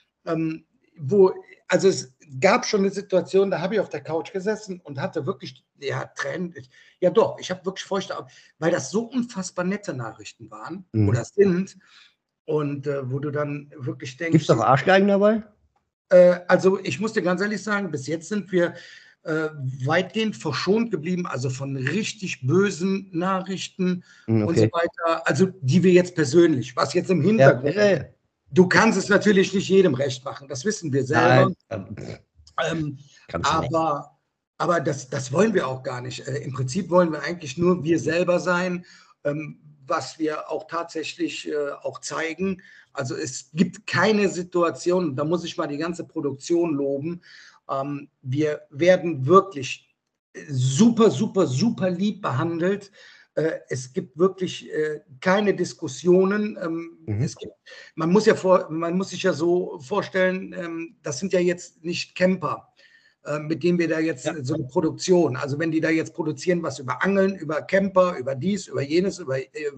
Also es gab schon eine Situation, da habe ich auf der Couch gesessen und hatte wirklich, Tränen. Ja doch, ich habe wirklich feuchte Augen, weil das so unfassbar nette Nachrichten waren oder sind. Und wo du dann wirklich denkst. Gibt es doch Arschgeigen dabei? Also ich muss dir ganz ehrlich sagen, bis jetzt sind wir weitgehend verschont geblieben, also von richtig bösen Nachrichten und so weiter, also die wir jetzt persönlich, was jetzt im Hintergrund. Ja. Du kannst es natürlich nicht jedem recht machen, das wissen wir selber. Aber das wollen wir auch gar nicht. Im Prinzip wollen wir eigentlich nur wir selber sein, was wir auch tatsächlich auch zeigen. Also es gibt keine Situation, da muss ich mal die ganze Produktion loben. Wir werden wirklich super, super, super lieb behandelt. Es gibt wirklich keine Diskussionen. Man muss sich ja so vorstellen, das sind ja jetzt nicht Camper, mit denen wir da jetzt so eine Produktion, also wenn die da jetzt produzieren, was über Angeln, über Camper, über dies, über jenes, über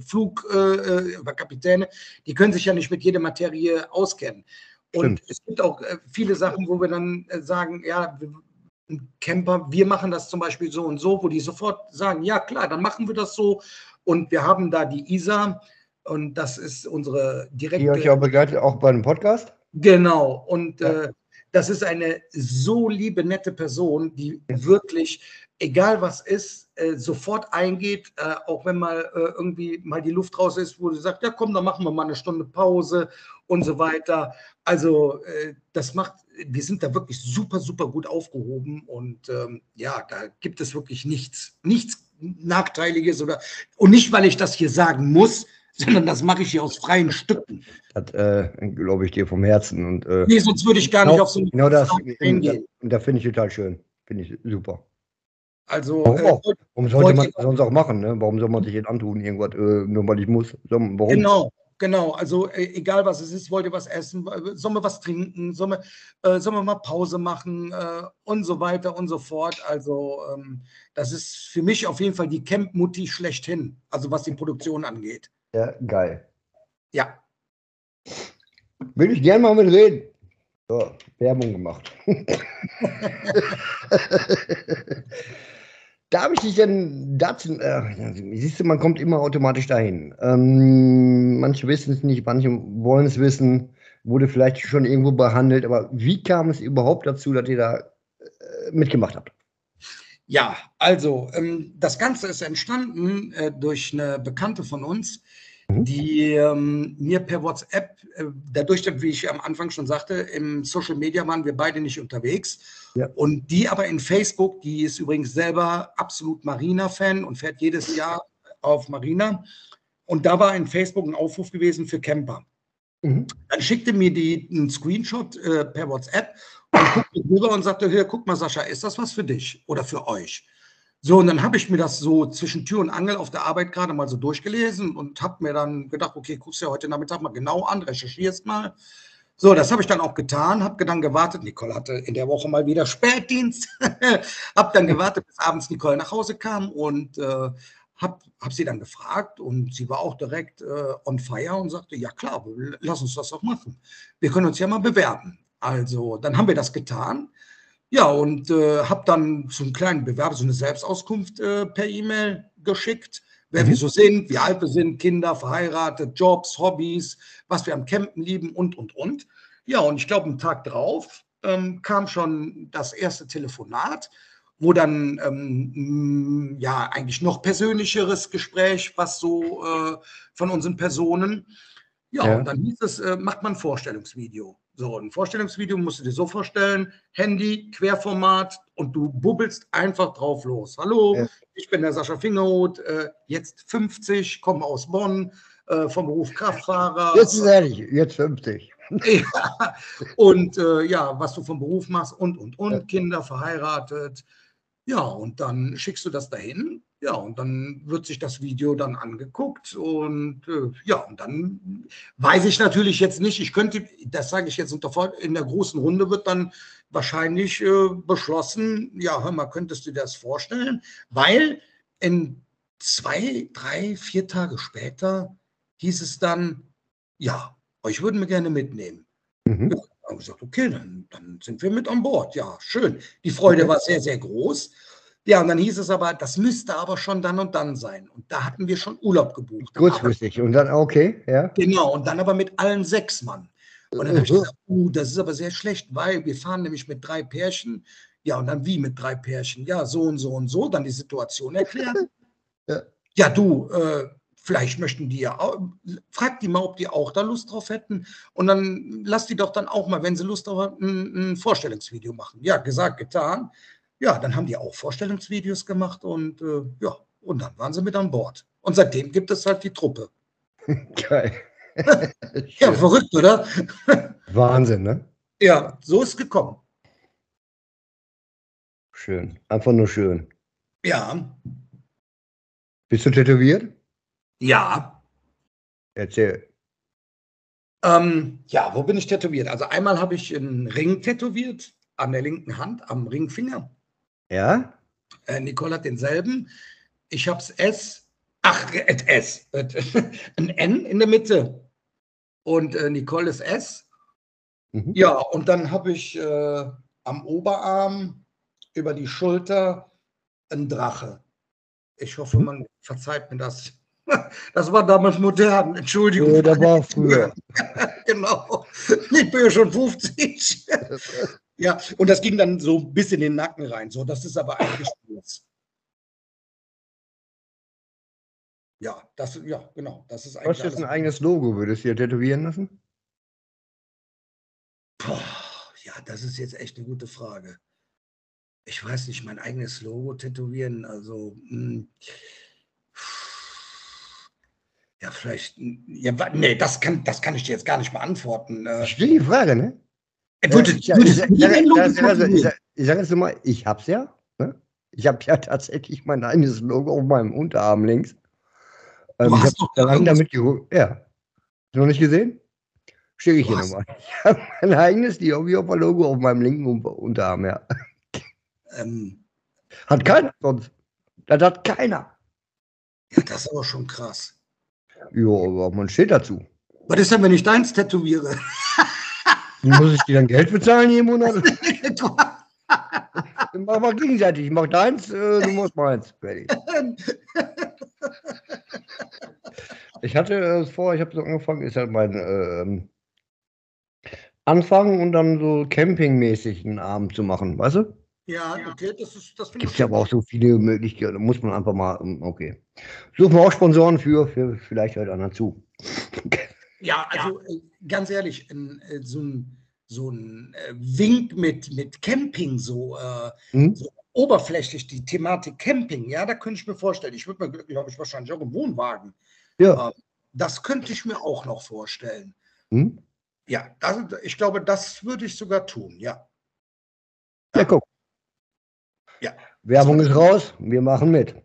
über Kapitäne, die können sich ja nicht mit jeder Materie auskennen. Und es gibt auch viele Sachen, wo wir dann sagen, ja, ein Camper, wir machen das zum Beispiel so und so, wo die sofort sagen, ja klar, dann machen wir das so. Und wir haben da die Isa und das ist unsere direkte. Die euch auch begleitet, auch bei einem Podcast? Genau. Und das ist eine so liebe, nette Person, die wirklich, egal was ist, sofort eingeht, auch wenn mal irgendwie mal die Luft raus ist, wo sie sagt, ja komm, dann machen wir mal eine Stunde Pause und so weiter. Also wir sind da wirklich super, super gut aufgehoben und da gibt es wirklich nichts Nachteiliges und nicht, weil ich das hier sagen muss, sondern das mache ich hier aus freien Stücken. Das glaube ich dir vom Herzen. Und, nee, sonst würde ich gar nicht auf so eine das eingehen. Da finde ich total schön. Finde ich super. Also, warum sollte man das sonst auch machen? Ne? Warum soll man sich jetzt antun, irgendwas, nur weil ich muss? Warum? Genau. Also, egal was es ist, wollt ihr was essen, sollen wir was trinken, sollen wir mal Pause machen und so weiter und so fort. Also, das ist für mich auf jeden Fall die Camp-Mutti schlechthin, also was die Produktion angeht. Ja, geil. Ja. Will ich gerne mal mit reden. So, Werbung gemacht. Darf ich dich denn dazu, siehst du, man kommt immer automatisch dahin. Manche wissen es nicht, manche wollen es wissen, wurde vielleicht schon irgendwo behandelt, aber wie kam es überhaupt dazu, dass ihr da mitgemacht habt? Ja, also das Ganze ist entstanden durch eine Bekannte von uns, die mir per WhatsApp, dadurch, wie ich am Anfang schon sagte, im Social Media waren wir beide nicht unterwegs. Ja. Und die aber in Facebook, die ist übrigens selber absolut Marina-Fan und fährt jedes Jahr auf Marina. Und da war in Facebook ein Aufruf gewesen für Camper. Dann schickte mir die einen Screenshot per WhatsApp und guckte drüber und sagte, hier, guck mal, Sascha, ist das was für dich oder für euch? So, und dann habe ich mir das so zwischen Tür und Angel auf der Arbeit gerade mal so durchgelesen und habe mir dann gedacht, okay, guckst du ja heute Nachmittag mal genau an, recherchierst mal. So, das habe ich dann auch getan, habe dann gewartet. Nicole hatte in der Woche mal wieder Spätdienst. Habe dann gewartet, bis abends Nicole nach Hause kam und hab sie dann gefragt und sie war auch direkt on fire und sagte, ja klar, lass uns das doch machen. Wir können uns ja mal bewerben. Also, dann haben wir das getan. Ja, und habe dann so einen kleinen Bewerb, so eine Selbstauskunft per E-Mail geschickt, wer wir so sind, wie alt wir sind, Kinder, verheiratet, Jobs, Hobbys, was wir am Campen lieben und. Ja, und ich glaube, einen Tag drauf kam schon das erste Telefonat, wo dann ja eigentlich noch persönlicheres Gespräch, was so von unseren Personen. Ja, Ja. und dann hieß es, macht man ein Vorstellungsvideo. So, ein Vorstellungsvideo musst du dir so vorstellen, Handy, Querformat und du bubbelst einfach drauf los. Hallo, Ja. ich bin der Sascha Fingerhut, jetzt 50, komme aus Bonn, vom Beruf Kraftfahrer. Jetzt ist ehrlich, jetzt 50. Ja, und ja, was du vom Beruf machst und, Ja. Kinder, verheiratet. Ja, und dann schickst du das dahin. Ja, und dann wird sich das Video dann angeguckt und ja, und dann weiß ich natürlich jetzt nicht, ich könnte, das sage ich jetzt in der großen Runde wird dann wahrscheinlich beschlossen, ja, hör mal, könntest du dir das vorstellen? Weil in 2, 3, 4 Tage später hieß es dann, ja, euch würden wir gerne mitnehmen. Mhm. Ja, habe ich gesagt, okay, dann sind wir mit an Bord. Ja, schön. Die Freude war sehr, sehr groß. Ja, und dann hieß es aber, das müsste aber schon dann und dann sein. Und da hatten wir schon Urlaub gebucht. Kurzfristig. Und dann, okay, ja. Genau, und dann aber mit allen 6 Mann. Und dann habe ich gesagt, das ist aber sehr schlecht, weil wir fahren nämlich mit 3 Pärchen. Ja, und dann wie mit 3 Pärchen? Ja, so und so und so. Dann die Situation erklärt. Ja. Ja, du, vielleicht möchten die ja auch, frag die mal, ob die auch da Lust drauf hätten. Und dann lass die doch dann auch mal, wenn sie Lust drauf haben, ein Vorstellungsvideo machen. Ja, gesagt, getan. Ja, dann haben die auch Vorstellungsvideos gemacht und ja, und dann waren sie mit an Bord. Und seitdem gibt es halt die Truppe. Geil. Ja, verrückt, oder? Wahnsinn, ne? Ja, so ist es gekommen. Schön. Einfach nur schön. Ja, Bist du tätowiert? ja. Erzähl. Ja, wo bin ich tätowiert? Also einmal habe ich einen Ring tätowiert an der linken Hand, am Ringfinger. Ja? Nicole hat denselben. Ich habe ein N in der Mitte und Nicole ist S. Mhm. Ja, und dann habe ich am Oberarm über die Schulter ein Drache. Ich hoffe, man verzeiht mir das. Das war damals modern, Entschuldigung. Ja, da war früher. Genau, ich bin ja schon 50. Ja, und das ging dann so bis in den Nacken rein. So, das ist aber eigentlich alles. Ja, ja, genau. Das ist Du hast eigentlich jetzt ein alles. eigenes Logo, würdest du dir tätowieren lassen? Boah, ja, das ist jetzt echt eine gute Frage. Ich weiß nicht, mein eigenes Logo tätowieren, also ja, vielleicht, ja, nee, das kann ich dir jetzt gar nicht beantworten. Ich stelle die Frage, ne? Würdest du dir ein Logo tätowieren? Ich sage jetzt mal, ich hab's ja. Ne? Ich habe ja tatsächlich mein eigenes Logo auf meinem Unterarm links. Du Ich habe hast doch da lang irgendwas- damit geholt. Ja. Noch nicht gesehen? Schicke ich Du dir hast- nochmal. Ich habe mein eigenes Logo auf meinem linken Unterarm, ja. Hat keiner sonst. Das hat keiner. Ja, das ist aber schon krass. Jo, aber man steht dazu. Was ist denn, wenn ich deins tätowiere? Muss ich dir dann Geld bezahlen jeden Monat? Machen wir gegenseitig. Ich mach deins, du machst meins. Fertig. Ich hatte es vor, ich habe so angefangen, ist halt mein Anfang und dann so campingmäßig einen Abend zu machen, weißt du? Ja, okay, das finde Gibt ich es ja gut. aber auch so viele Möglichkeiten, da muss man einfach mal, okay. Suchen wir auch Sponsoren für vielleicht hört einer zu. Ja, also ganz ehrlich, so ein Wink mit Camping, so oberflächlich die Thematik Camping, ja, da könnte ich mir vorstellen. Ich würde mir, glaube ich, wahrscheinlich auch einen Wohnwagen. Ja. Das könnte ich mir auch noch vorstellen. Hm? Ja, ich glaube, das würde ich sogar tun, ja. Ja, guck. Ja. Werbung ist raus, wir machen mit.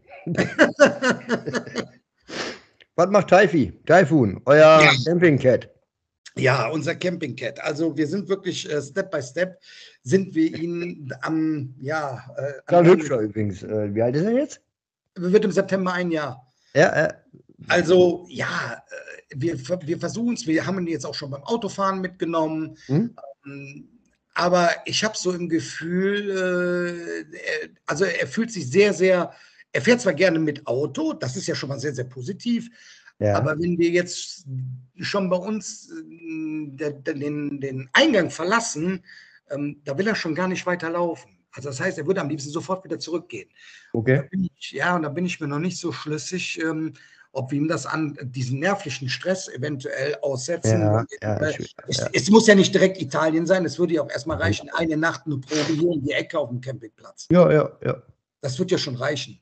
Was macht Typhoon, euer Camping-Cat? Ja, unser Camping Cat. Also wir sind wirklich Step by Step sind wir ihn am, ja, Karl am Hübscher übrigens. Wie alt ist er jetzt? wird im September 1 Jahr. Ja, Also ja, wir versuchen es, wir haben ihn jetzt auch schon beim Autofahren mitgenommen. hm? Aber ich habe so im Gefühl, also er fühlt sich sehr, sehr, er fährt zwar gerne mit Auto, das ist ja schon mal sehr, sehr positiv, Ja. aber wenn wir jetzt schon bei uns den Eingang verlassen, da will er schon gar nicht weiterlaufen. Also das heißt, er würde am liebsten sofort wieder zurückgehen. Okay. Und da bin ich mir noch nicht so schlüssig, ob wir ihm das an diesen nervlichen Stress eventuell aussetzen. Ja, Es muss ja nicht direkt Italien sein, es würde ja auch erstmal reichen, eine Nacht eine Probe hier in die Ecke auf dem Campingplatz. Ja. Das wird ja schon reichen.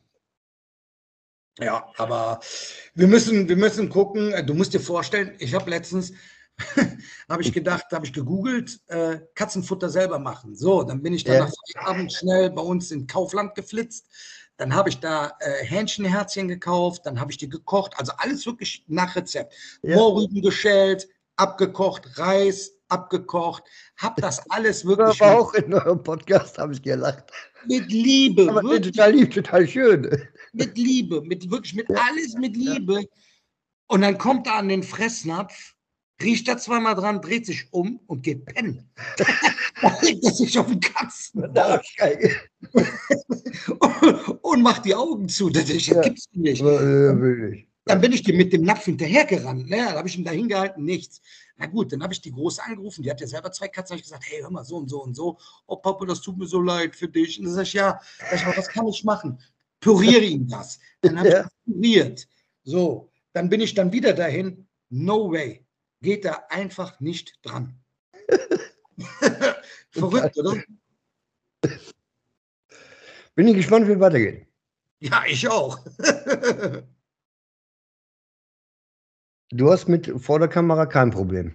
Ja, aber wir müssen gucken. Du musst dir vorstellen, ich habe letztens, habe ich gegoogelt, Katzenfutter selber machen. So, dann bin ich dann nach Feierabend schnell bei uns in Kaufland geflitzt. Dann habe ich da Hähnchenherzchen gekauft, dann habe ich die gekocht. Also alles wirklich nach Rezept. Mohrrüben geschält, abgekocht, Reis abgekocht. Habe das alles wirklich. Aber auch in eurem Podcast habe ich gelacht. Mit Liebe. Aber total lieb, total schön. Mit Liebe, wirklich mit alles mit Liebe. Und dann kommt er an den Fressnapf, riecht da zweimal dran, dreht sich um und geht pennen. Da legt er sich auf den Katzenbauch und macht die Augen zu. Das gibt's nicht. Dann bin ich dir mit dem Napf hinterhergerannt. Ne? Da habe ich ihn da hingehalten, nichts. Na gut, dann habe ich die Große angerufen, die hat ja selber 2 Katzen, habe ich gesagt, hey, hör mal, so und so und so. Oh Papa, das tut mir so leid für dich. Und dann sag ich, ja, was kann ich machen? Püriere ihm das. Dann habe ich das püriert. So, dann bin ich dann wieder dahin. No way. Geht da einfach nicht dran. Verrückt, oder? Bin ich gespannt, wie es weitergeht. Ja, ich auch. Du hast mit vor der Kamera kein Problem.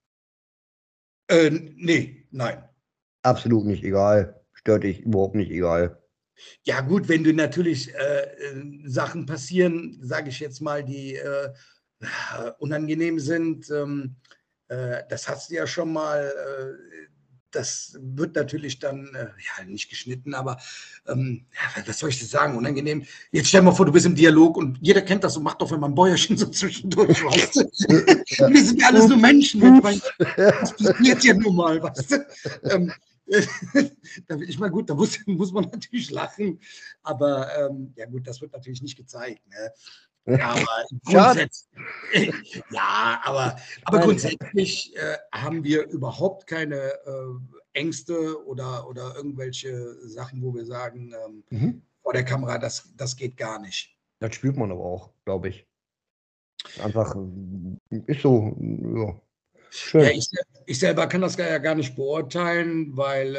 Nee, nein. Absolut nicht egal. Stört dich überhaupt nicht egal. Ja gut, wenn du natürlich Sachen passieren, sage ich jetzt mal, die unangenehm sind, das hast du ja schon mal, das wird natürlich dann, ja, nicht geschnitten, aber was soll ich dir sagen, unangenehm. Jetzt stell dir mal vor, du bist im Dialog und jeder kennt das und macht doch immer ein Bäuerchen so zwischendurch, weißt du? Wir sind ja alles nur Menschen. Das passiert ja nun mal, weißt du? Ich meine, gut, da muss man natürlich lachen, aber ja gut, das wird natürlich nicht gezeigt. Ne? Ja, aber grundsätzlich, ja, aber grundsätzlich haben wir überhaupt keine Ängste oder irgendwelche Sachen, wo wir sagen, vor der Kamera, das geht gar nicht. Das spürt man aber auch, glaube ich. Einfach ist so, ja. Schön. Ja, ich selber kann das ja gar nicht beurteilen, weil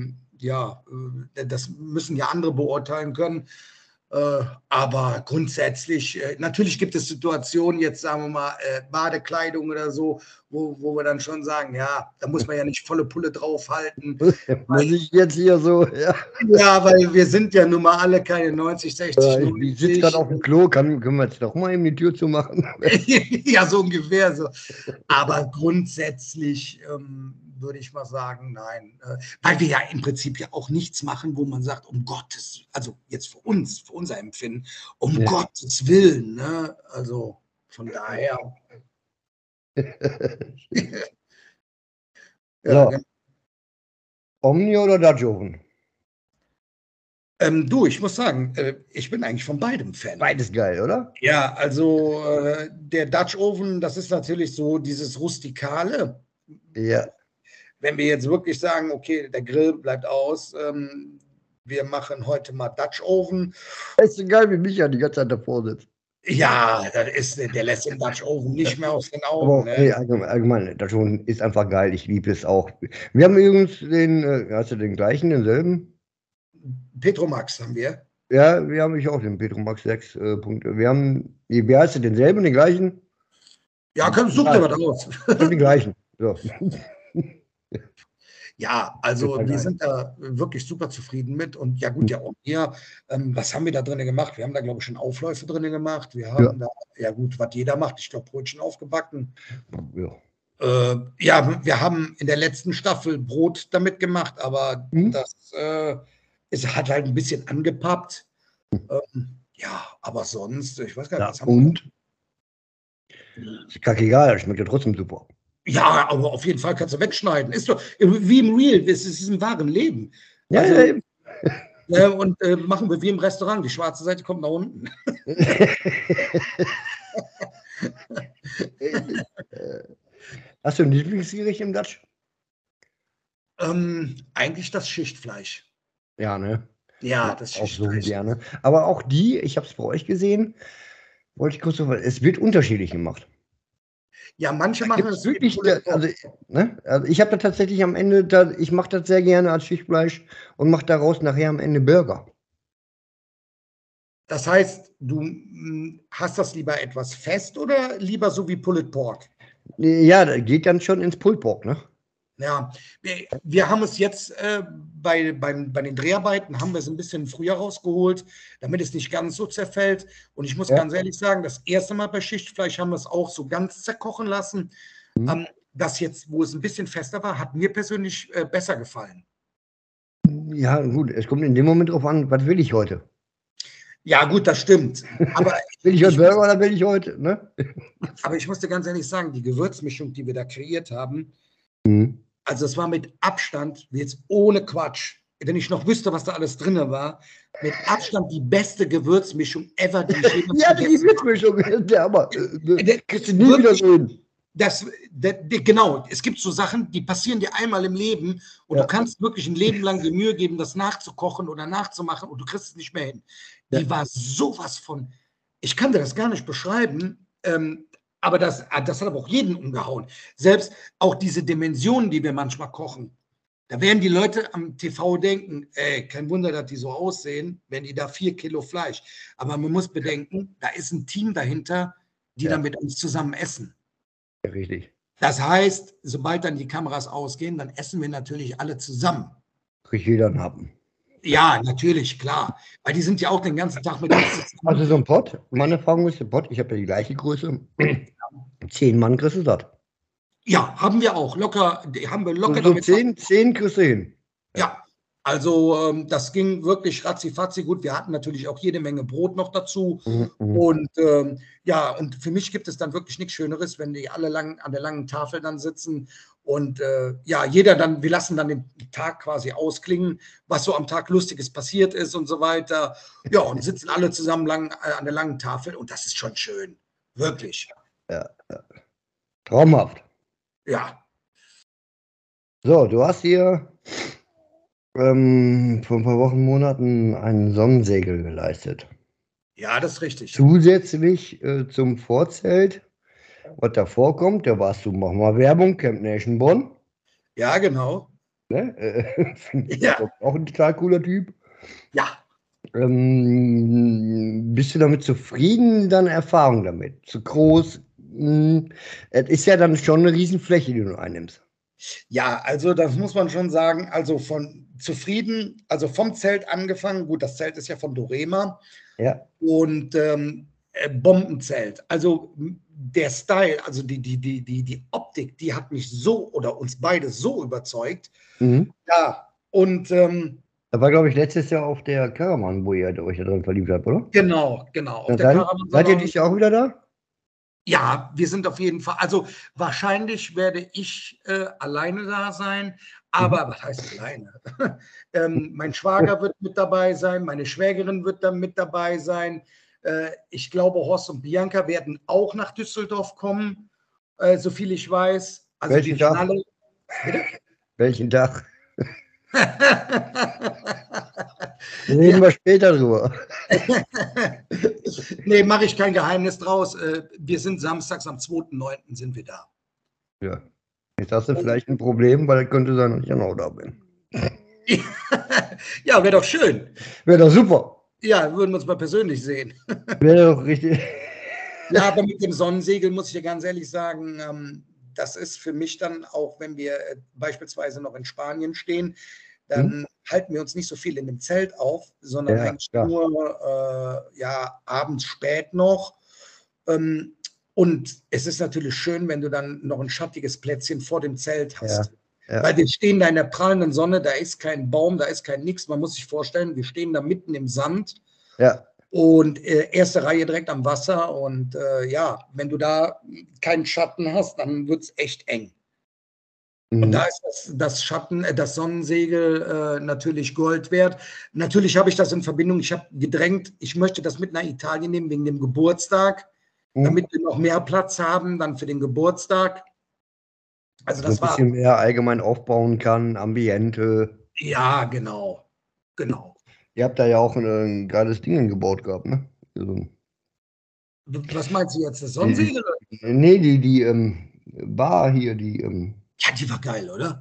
das müssen ja andere beurteilen können. Aber grundsätzlich, natürlich gibt es Situationen, jetzt sagen wir mal Badekleidung oder so, wo wir dann schon sagen, ja, da muss man ja nicht volle Pulle draufhalten. Muss ich jetzt hier so, ja. Ja, weil wir sind ja nun mal alle keine 90, 60, 90. Ich sitze gerade auf dem Klo, können wir jetzt doch mal eben die Tür zumachen? Ja, so ungefähr so. Aber grundsätzlich würde ich mal sagen, nein. Weil wir ja im Prinzip ja auch nichts machen, wo man sagt, um Gottes, also jetzt für uns, für unser Empfinden, um Gottes Willen. Ne? Also von daher. Ja, so. Omni oder Dutch Oven? Du, ich muss sagen, ich bin eigentlich von beidem Fan. Beides geil, oder? Ja, also der Dutch Oven, das ist natürlich so dieses Rustikale. Ja. Wenn wir jetzt wirklich sagen, okay, der Grill bleibt aus, wir machen heute mal Dutch Oven. Das ist so geil, wie Micha die ganze Zeit davor sitzt. Ja, der lässt den Dutch Oven nicht mehr aus den Augen. Aber okay, allgemein, Dutch Oven ist einfach geil, ich liebe es auch. Wir haben übrigens hast du den gleichen, denselben? Petromax haben wir. Ja, wir haben auch den Petromax 6 Punkte. Wir haben, wie heißt du, denselben, den gleichen? Ja, such dir was aus. Den gleichen. So. Ja, also wir sind da wirklich super zufrieden mit. Und ja gut, ja auch hier, was haben wir da drin gemacht? Wir haben da, glaube ich, schon Aufläufe drin gemacht. Wir haben da, ja gut, was jeder macht. Ich glaube, Brötchen aufgebacken. Ja. Ja, wir haben in der letzten Staffel Brot damit gemacht, aber das hat halt ein bisschen angepappt. Ja, aber sonst, ich weiß gar nicht, Ja, was haben wir und? Ist kackegal, das schmeckt ja trotzdem super. Ja, aber auf jeden Fall kannst du wegschneiden. Ist doch wie im Real, es ist im wahren Leben. Ja, Also, ja, eben. und machen wir wie im Restaurant. Die schwarze Seite kommt nach unten. Hast du ein Lieblingsgericht im Dutch? Eigentlich das Schichtfleisch. Ja, ne? Ja, das Auch so Schichtfleisch. gerne. Aber auch die, ich habe es bei euch gesehen, wollte ich kurz so, es wird unterschiedlich gemacht. Ja, manche Da machen gibt es es wie wirklich, Pulled Pork. also ich habe da tatsächlich am Ende, ich mache das sehr gerne als Schichtfleisch und mache daraus nachher am Ende Burger. Das heißt, du hast das lieber etwas fest oder lieber so wie Pulled Pork? Ja, das geht dann schon ins Pulled Pork, ne? Ja, wir haben es jetzt bei den Dreharbeiten haben wir es ein bisschen früher rausgeholt, damit es nicht ganz so zerfällt. Und ich muss Ja. ganz ehrlich sagen, das erste Mal bei Schichtfleisch haben wir es auch so ganz zerkochen lassen. Das jetzt, wo es ein bisschen fester war, hat mir persönlich besser gefallen. Ja, gut, es kommt in dem Moment drauf an, was will ich heute? Ja, gut, das stimmt. Aber Will ich heute Burger oder will ich heute, ne? aber ich muss dir ganz ehrlich sagen, die Gewürzmischung, die wir da kreiert haben, also es war mit Abstand, jetzt ohne Quatsch, wenn ich noch wüsste, was da alles drin war, mit Abstand die beste Gewürzmischung ever, die ich jemals Ja, die gegessen habe. Gewürzmischung, der Hammer. Kriegst du nie wieder Wirklich, so hin. genau, es gibt so Sachen, die passieren dir einmal im Leben und Ja. du kannst wirklich ein Leben lang dir Mühe geben, das nachzukochen oder nachzumachen und du kriegst es nicht mehr hin. Die war sowas von, ich kann dir das gar nicht beschreiben, aber das hat aber auch jeden umgehauen. Selbst auch diese Dimensionen, die wir manchmal kochen. Da werden die Leute am TV denken, ey, kein Wunder, dass die so aussehen, wenn die da 4 Kilo Fleisch. Aber man muss bedenken, da ist ein Team dahinter, die dann mit uns zusammen essen. Ja, richtig. Das heißt, sobald dann die Kameras ausgehen, dann essen wir natürlich alle zusammen. Kriegt jeder einen Happen. Ja, natürlich, klar. Weil die sind ja auch den ganzen Tag mit uns zusammen. Also so ein Pott, meine Erfahrung ist, der Pott, ich habe ja die gleiche Größe, 10 Mann kriegst du satt. Ja, haben wir auch. Haben wir locker So damit. 10 kriegst du hin. Ja, also das ging wirklich ratzifatzi gut. Wir hatten natürlich auch jede Menge Brot noch dazu. Und ja, und für mich gibt es dann wirklich nichts Schöneres, wenn die alle an der langen Tafel dann sitzen und ja, wir lassen dann den Tag quasi ausklingen, was so am Tag Lustiges passiert ist und so weiter. Ja, und sitzen alle zusammen an der langen Tafel und das ist schon schön. Wirklich. Ja. Traumhaft. Ja. So, du hast hier vor ein paar Wochen, Monaten einen Sonnensegel geleistet. Ja, das ist richtig. Zusätzlich zum Vorzelt, was da vorkommt, da warst du, mach mal Werbung, Camp Nation Bonn. Ja, genau. Ne? Ja. Auch ein total cooler Typ. Ja. Bist du damit zufrieden, deine Erfahrung damit? Zu groß? Es ist ja dann schon eine Riesenfläche, die du einnimmst. Ja, also das muss man schon sagen, also von zufrieden, also vom Zelt angefangen, gut, das Zelt ist ja von Dorema Ja. und Bombenzelt. Also der Style, also die Optik, die hat mich so oder uns beide so überzeugt. Ja, und da war, glaube ich, letztes Jahr auf der Caravan, wo ihr euch da drin verliebt habt, oder? genau, auf der Caravan. Seid ihr dieses Jahr auch wieder da? Ja, wir sind auf jeden Fall, also wahrscheinlich werde ich alleine da sein, aber was heißt alleine? Mein Schwager wird mit dabei sein, meine Schwägerin wird dann mit dabei sein. Ich glaube, Horst und Bianca werden auch nach Düsseldorf kommen, so viel ich weiß. Also Welchen wir Tag? alle. Bitte? Welchen Tag? Reden wir später drüber. Nee, mache ich kein Geheimnis draus. Wir sind samstags am 2.9. sind wir da. Ja. Jetzt hast du vielleicht ein Problem, weil es könnte sein, dass ich ja noch da bin. Ja, wäre doch schön. Wäre doch super. Ja, würden wir uns mal persönlich sehen. Wäre doch richtig. Ja, aber mit dem Sonnensegel muss ich dir ganz ehrlich sagen, das ist für mich dann auch, wenn wir beispielsweise noch in Spanien stehen, dann halten wir uns nicht so viel in dem Zelt auf, sondern eigentlich nur ja, abends spät noch. Und es ist natürlich schön, wenn du dann noch ein schattiges Plätzchen vor dem Zelt hast. Ja. Weil wir stehen da in der prallenden Sonne, da ist kein Baum, da ist kein nix. Man muss sich vorstellen, wir stehen da mitten im Sand. Ja. Und erste Reihe direkt am Wasser. Und ja, wenn du da keinen Schatten hast, dann wird es echt eng. Und da ist das Sonnensegel natürlich Gold wert. Natürlich habe ich das in Verbindung, ich habe gedrängt, ich möchte das mit nach Italien nehmen wegen dem Geburtstag, damit wir noch mehr Platz haben dann für den Geburtstag. Also das ein bisschen mehr allgemein aufbauen kann, Ambiente. Ja, genau. Ihr habt da ja auch ein geiles Ding gebaut gehabt, ne? Also, was meinst du jetzt, das Sonnensegel? Nee, die Bar hier, die. Ja, die war geil, oder?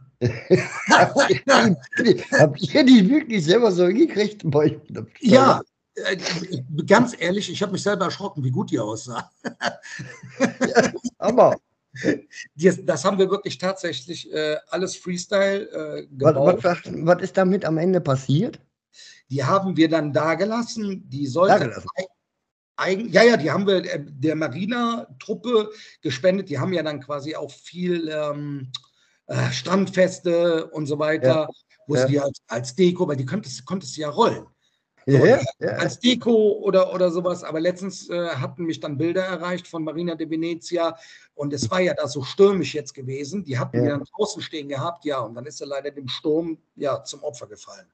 Habt ihr die wirklich selber so hingekriegt? Ja, ganz ehrlich, ich habe mich selber erschrocken, wie gut die aussah. Ja, aber das haben wir wirklich tatsächlich alles Freestyle gebaut. Was ist damit am Ende passiert? Die haben wir dann da gelassen. Die sollte ja, die haben wir der Marina-Truppe gespendet. Die haben ja dann quasi auch viel Strandfeste und so weiter, wo sie die als Deko, weil die konntest du ja rollen. So, als Deko oder sowas. Aber letztens hatten mich dann Bilder erreicht von Marina di Venezia und es war ja da so stürmisch jetzt gewesen. Die hatten wir dann draußen stehen gehabt, ja, und dann ist er leider dem Sturm zum Opfer gefallen.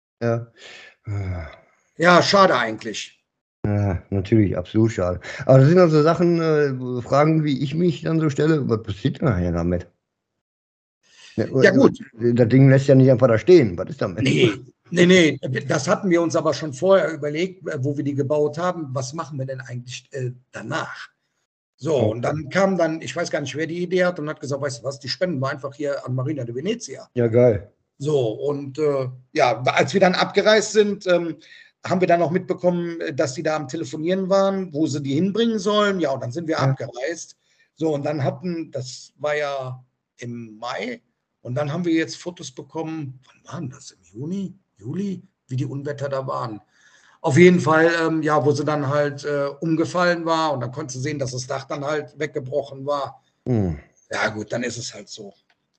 Ja, schade eigentlich. Ja, natürlich, absolut schade. Aber das sind also Sachen, Fragen, wie ich mich dann so stelle, was passiert denn hier damit? Ja, gut. Das Ding lässt ja nicht einfach da stehen. Was ist damit? Nee. Das hatten wir uns aber schon vorher überlegt, wo wir die gebaut haben. Was machen wir denn eigentlich danach? So, und dann kam ich weiß gar nicht, wer die Idee hat und hat gesagt, weißt du was, die spenden wir einfach hier an Marina di Venezia. Ja, geil. So, und ja, als wir dann abgereist sind, haben wir dann auch mitbekommen, dass die da am Telefonieren waren, wo sie die hinbringen sollen. Ja, und dann sind wir abgereist. So, und dann das war ja im Mai, und dann haben wir jetzt Fotos bekommen, wann waren das, im Juli, wie die Unwetter da waren. Auf jeden Fall, ja, wo sie dann halt umgefallen war und dann konntest du sehen, dass das Dach dann halt weggebrochen war. Ja gut, dann ist es halt so.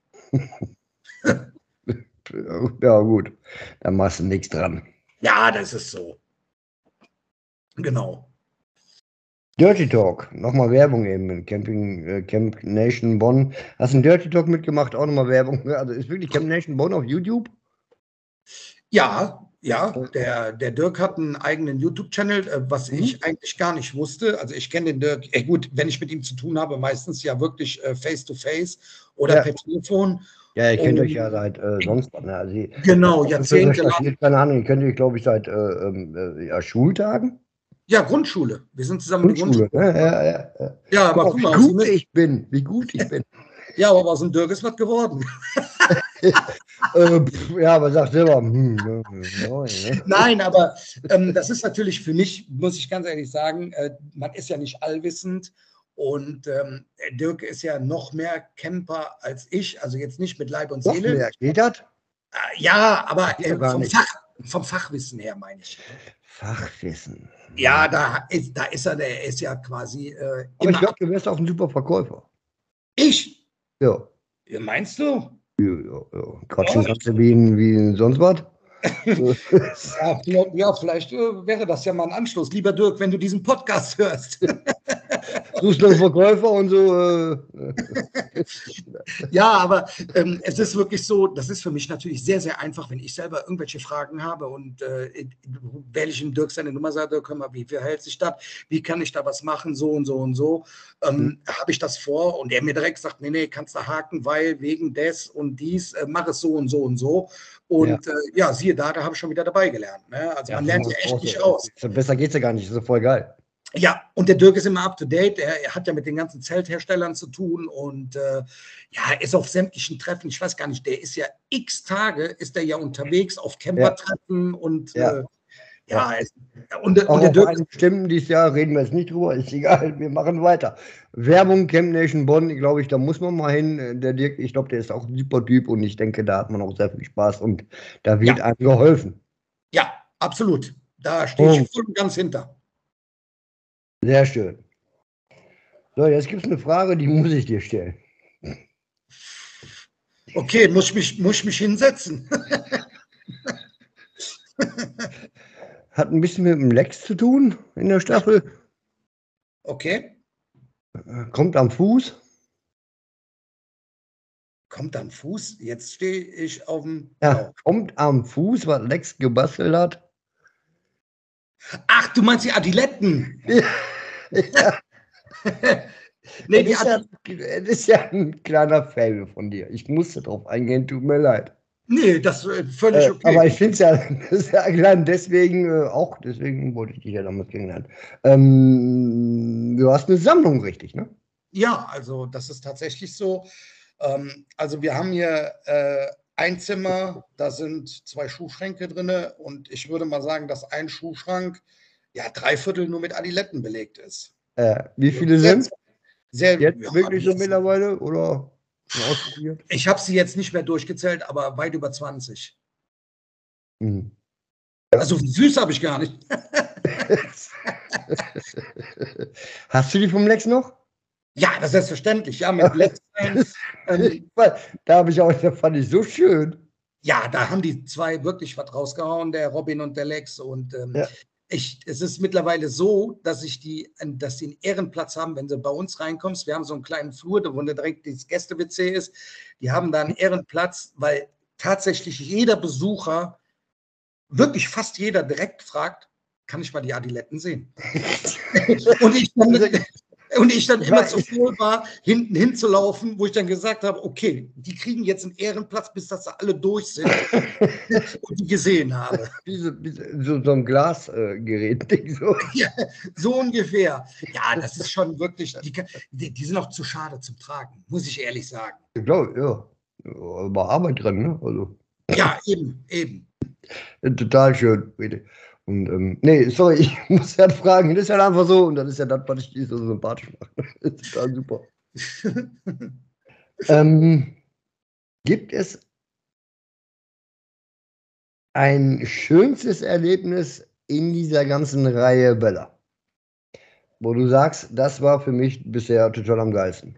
Ja gut, da machst du nichts dran. Ja, das ist so. Genau. Dirty Talk, nochmal Werbung eben in Camp Nation Bonn. Hast du einen Dirty Talk mitgemacht? Auch nochmal Werbung. Also ist wirklich Camp Nation Bonn auf YouTube? Ja, der Dirk hat einen eigenen YouTube-Channel, was ich eigentlich gar nicht wusste. Also ich kenne den Dirk, gut, wenn ich mit ihm zu tun habe, meistens ja wirklich face-to-face oder per Telefon. Ja, ihr kennt euch ja seit sonst was. Ne? Also genau, Jahrzehnte lang. Keine Ahnung, ihr kennt euch, glaube ich, seit Schultagen. Ja, Grundschule. Wir sind zusammen in die Grundschule. Ne? Ja, aber guck mal, wie gut ich bin. Ja, aber aus dem Dirk ist was geworden. Ja, aber sag selber. Nein, aber das ist natürlich für mich, muss ich ganz ehrlich sagen, man ist ja nicht allwissend und Dirk ist ja noch mehr Camper als ich, also jetzt nicht mit Leib und Seele. Noch mehr, geht das? Ja, aber vom Fachwissen her meine ich. Fachwissen. Ja, der ist ja quasi aber ich glaube, du wärst auch ein super Verkäufer. Ich? Ja. Meinst du? Ja. Quatschen kannst du wie sonst was. Ja, vielleicht wäre das ja mal ein Anschluss. Lieber Dirk, wenn du diesen Podcast hörst. Suchst du einen Verkäufer und so. Ja, aber es ist wirklich so, das ist für mich natürlich sehr, sehr einfach, wenn ich selber irgendwelche Fragen habe und wähle ich ihm Dirk seine Nummer, sage, Dirk, hör mal, wie verhält sich das? Wie kann ich da was machen? So und so und so. Habe ich das vor? Und er mir direkt sagt, nee, kannst du haken, weil wegen des und dies, mach es so und so und so. Und ja, siehe da habe ich schon wieder dabei gelernt. Ne? Also man lernt ja echt nicht aus. Besser geht's ja gar nicht, das ist voll geil. Ja, und der Dirk ist immer up to date. Er hat ja mit den ganzen Zeltherstellern zu tun und ja, ist auf sämtlichen Treffen. Ich weiß gar nicht, der ist ja x Tage, ist der ja unterwegs auf Campertreffen und und der Dirk. Stimmen dieses Jahr reden wir jetzt nicht drüber, ist egal, wir machen weiter. Werbung, Camp Nation Bonn, glaube ich, da muss man mal hin. Der Dirk, ich glaube, der ist auch ein super Typ und ich denke, da hat man auch sehr viel Spaß und da wird einem geholfen. Ja, absolut. Da stehe ich voll und ganz hinter. Sehr schön. So, jetzt gibt es eine Frage, die muss ich dir stellen. Okay, muss ich mich hinsetzen? Hat ein bisschen mit dem Lex zu tun in der Staffel. Okay. Kommt am Fuß. Kommt am Fuß? Jetzt stehe ich auf dem Ja, Schlauch. kommt am Fuß, was Lex gebastelt hat. Ach, du meinst die Adiletten? Ja. Nee, Das ist ja ein kleiner Fail von dir. Ich musste drauf eingehen, tut mir leid. nee, das ist völlig okay. Aber ich finde es ja, das ist ja allein deswegen, auch deswegen wollte ich dich ja damals kennenlernen. Du hast eine Sammlung, richtig, ne? Ja, also das ist tatsächlich so. Also wir haben hier ein Zimmer, da sind 2 Schuhschränke drin und ich würde mal sagen, dass ein Schuhschrank ja 3/4 nur mit Adiletten belegt ist. Wie viele sind Sehr, jetzt ja, wirklich so mittlerweile oder schon ausprobiert? ich habe sie jetzt nicht mehr durchgezählt, aber weit über 20. Mhm. Also süß habe ich gar nicht. Hast du die vom Lex noch? Ja, das ist selbstverständlich. Ja, mit Lex. Da habe ich auch, das fand ich so schön. Ja, da haben die 2 wirklich was rausgehauen, der Robin und der Lex. Und Ja. es ist mittlerweile so, dass die einen Ehrenplatz haben, wenn du bei uns reinkommst. Wir haben so einen kleinen Flur, wo direkt das Gäste-WC ist. Die haben da einen Ehrenplatz, weil tatsächlich jeder Besucher, wirklich fast jeder direkt fragt, kann ich mal die Adiletten sehen? Und ich dann immer zu voll war, hinten hinzulaufen, wo ich dann gesagt habe, okay, die kriegen jetzt einen Ehrenplatz, bis das alle durch sind und die gesehen habe. So ein Glasgerät-Ding. So. Ja, so ungefähr. Ja, das ist schon wirklich, die sind auch zu schade zum Tragen, muss ich ehrlich sagen. Ich glaube, ja. War Arbeit dran, ne? Also. Ja, eben. Total schön, Rede. Und nee, sorry, ich muss halt fragen, das ist halt einfach so und das ist ja das, was ich dir so sympathisch mache. Das ist total super. Gibt es ein schönstes Erlebnis in dieser ganzen Reihe Bella, wo du sagst, das war für mich bisher total am geilsten?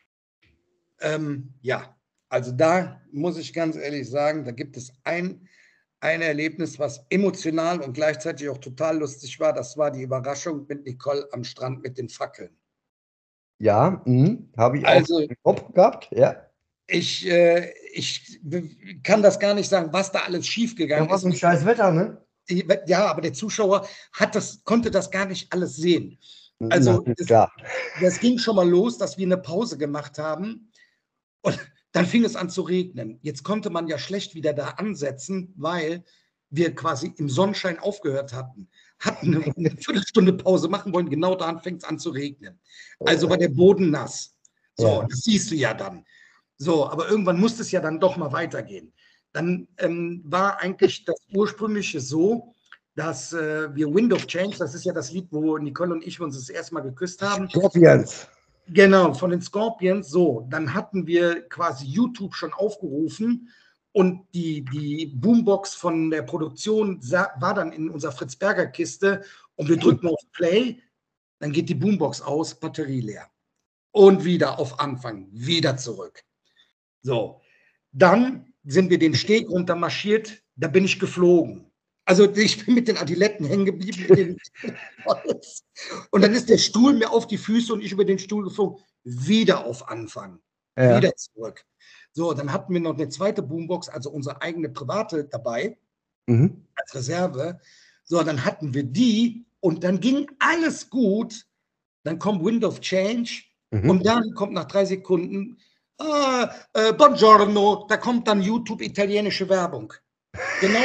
Ja, also da muss ich ganz ehrlich sagen, da gibt es ein Erlebnis, was emotional und gleichzeitig auch total lustig war. Das war die Überraschung mit Nicole am Strand mit den Fackeln. Ja, habe ich auch Also im Kopf gehabt, ja. ich kann das gar nicht sagen, was da alles schiefgegangen Ja, was ist. ein scheiß Wetter, ne? Ja, aber der Zuschauer konnte das gar nicht alles sehen. Na, Also klar. das ging schon mal los, dass wir eine Pause gemacht haben und dann fing es an zu regnen. Jetzt konnte man ja schlecht wieder da ansetzen, weil wir quasi im Sonnenschein aufgehört hatten eine Viertelstunde Pause machen wollen, genau da fängt es an zu regnen. Also war der Boden nass. So, Ja. das siehst du ja dann. So, aber irgendwann musste es ja dann doch mal weitergehen. Dann war eigentlich das Ursprüngliche so, dass wir Wind of Change, das ist ja das Lied, wo Nicole und ich uns das erste Mal geküsst haben. Scorpions. Genau, von den Scorpions. So, dann hatten wir quasi YouTube schon aufgerufen und die Boombox von der Produktion war dann in unserer Fritz-Berger-Kiste und wir drücken auf Play, dann geht die Boombox aus, Batterie leer. Und wieder auf Anfang, wieder zurück. So, dann sind wir den Steg runter marschiert, da bin ich geflogen. Also ich bin mit den Adiletten hängen geblieben. Und dann ist der Stuhl mir auf die Füße und ich über den Stuhl geflogen. Wieder auf Anfang. Ja. Wieder zurück. So, dann hatten wir noch eine zweite Boombox, also unsere eigene private dabei, als Reserve. So, dann hatten wir die und dann ging alles gut. Dann kommt Wind of Change und dann kommt nach 3 Sekunden Buongiorno, da kommt dann YouTube italienische Werbung. Genau.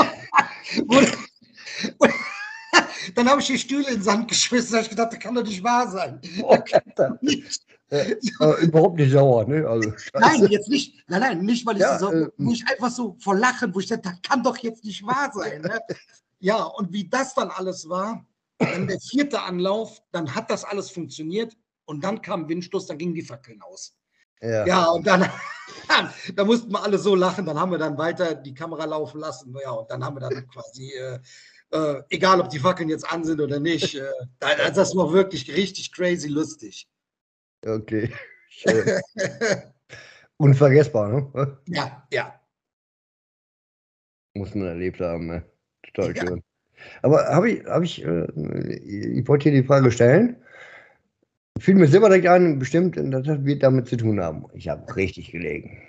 Dann habe ich die Stühle in den Sand geschmissen, da habe ich gedacht, das kann doch nicht wahr sein. Überhaupt nicht sauer, ne? Also, nein, jetzt nicht. Nein, nicht, weil ich so sauer, wo ich einfach so vor Lachen, wo ich dachte, das kann doch jetzt nicht wahr sein. Ne? Ja, und wie das dann alles war, dann der 4. Anlauf, dann hat das alles funktioniert und dann kam Windstoß, dann gingen die Fackeln aus. Ja, und dann da mussten wir alle so lachen, dann haben wir dann weiter die Kamera laufen lassen. Ja, und dann haben wir dann quasi, egal ob die Fackeln jetzt an sind oder nicht, das war wirklich richtig crazy lustig. Okay, schön. Unvergessbar, ne? Ja, ja. Muss man erlebt haben, ne? Total Ja. schön. Aber ich wollte hier die Frage stellen. Fiel mir selber direkt ein, bestimmt, das wird damit zu tun haben. Ich habe richtig gelegen.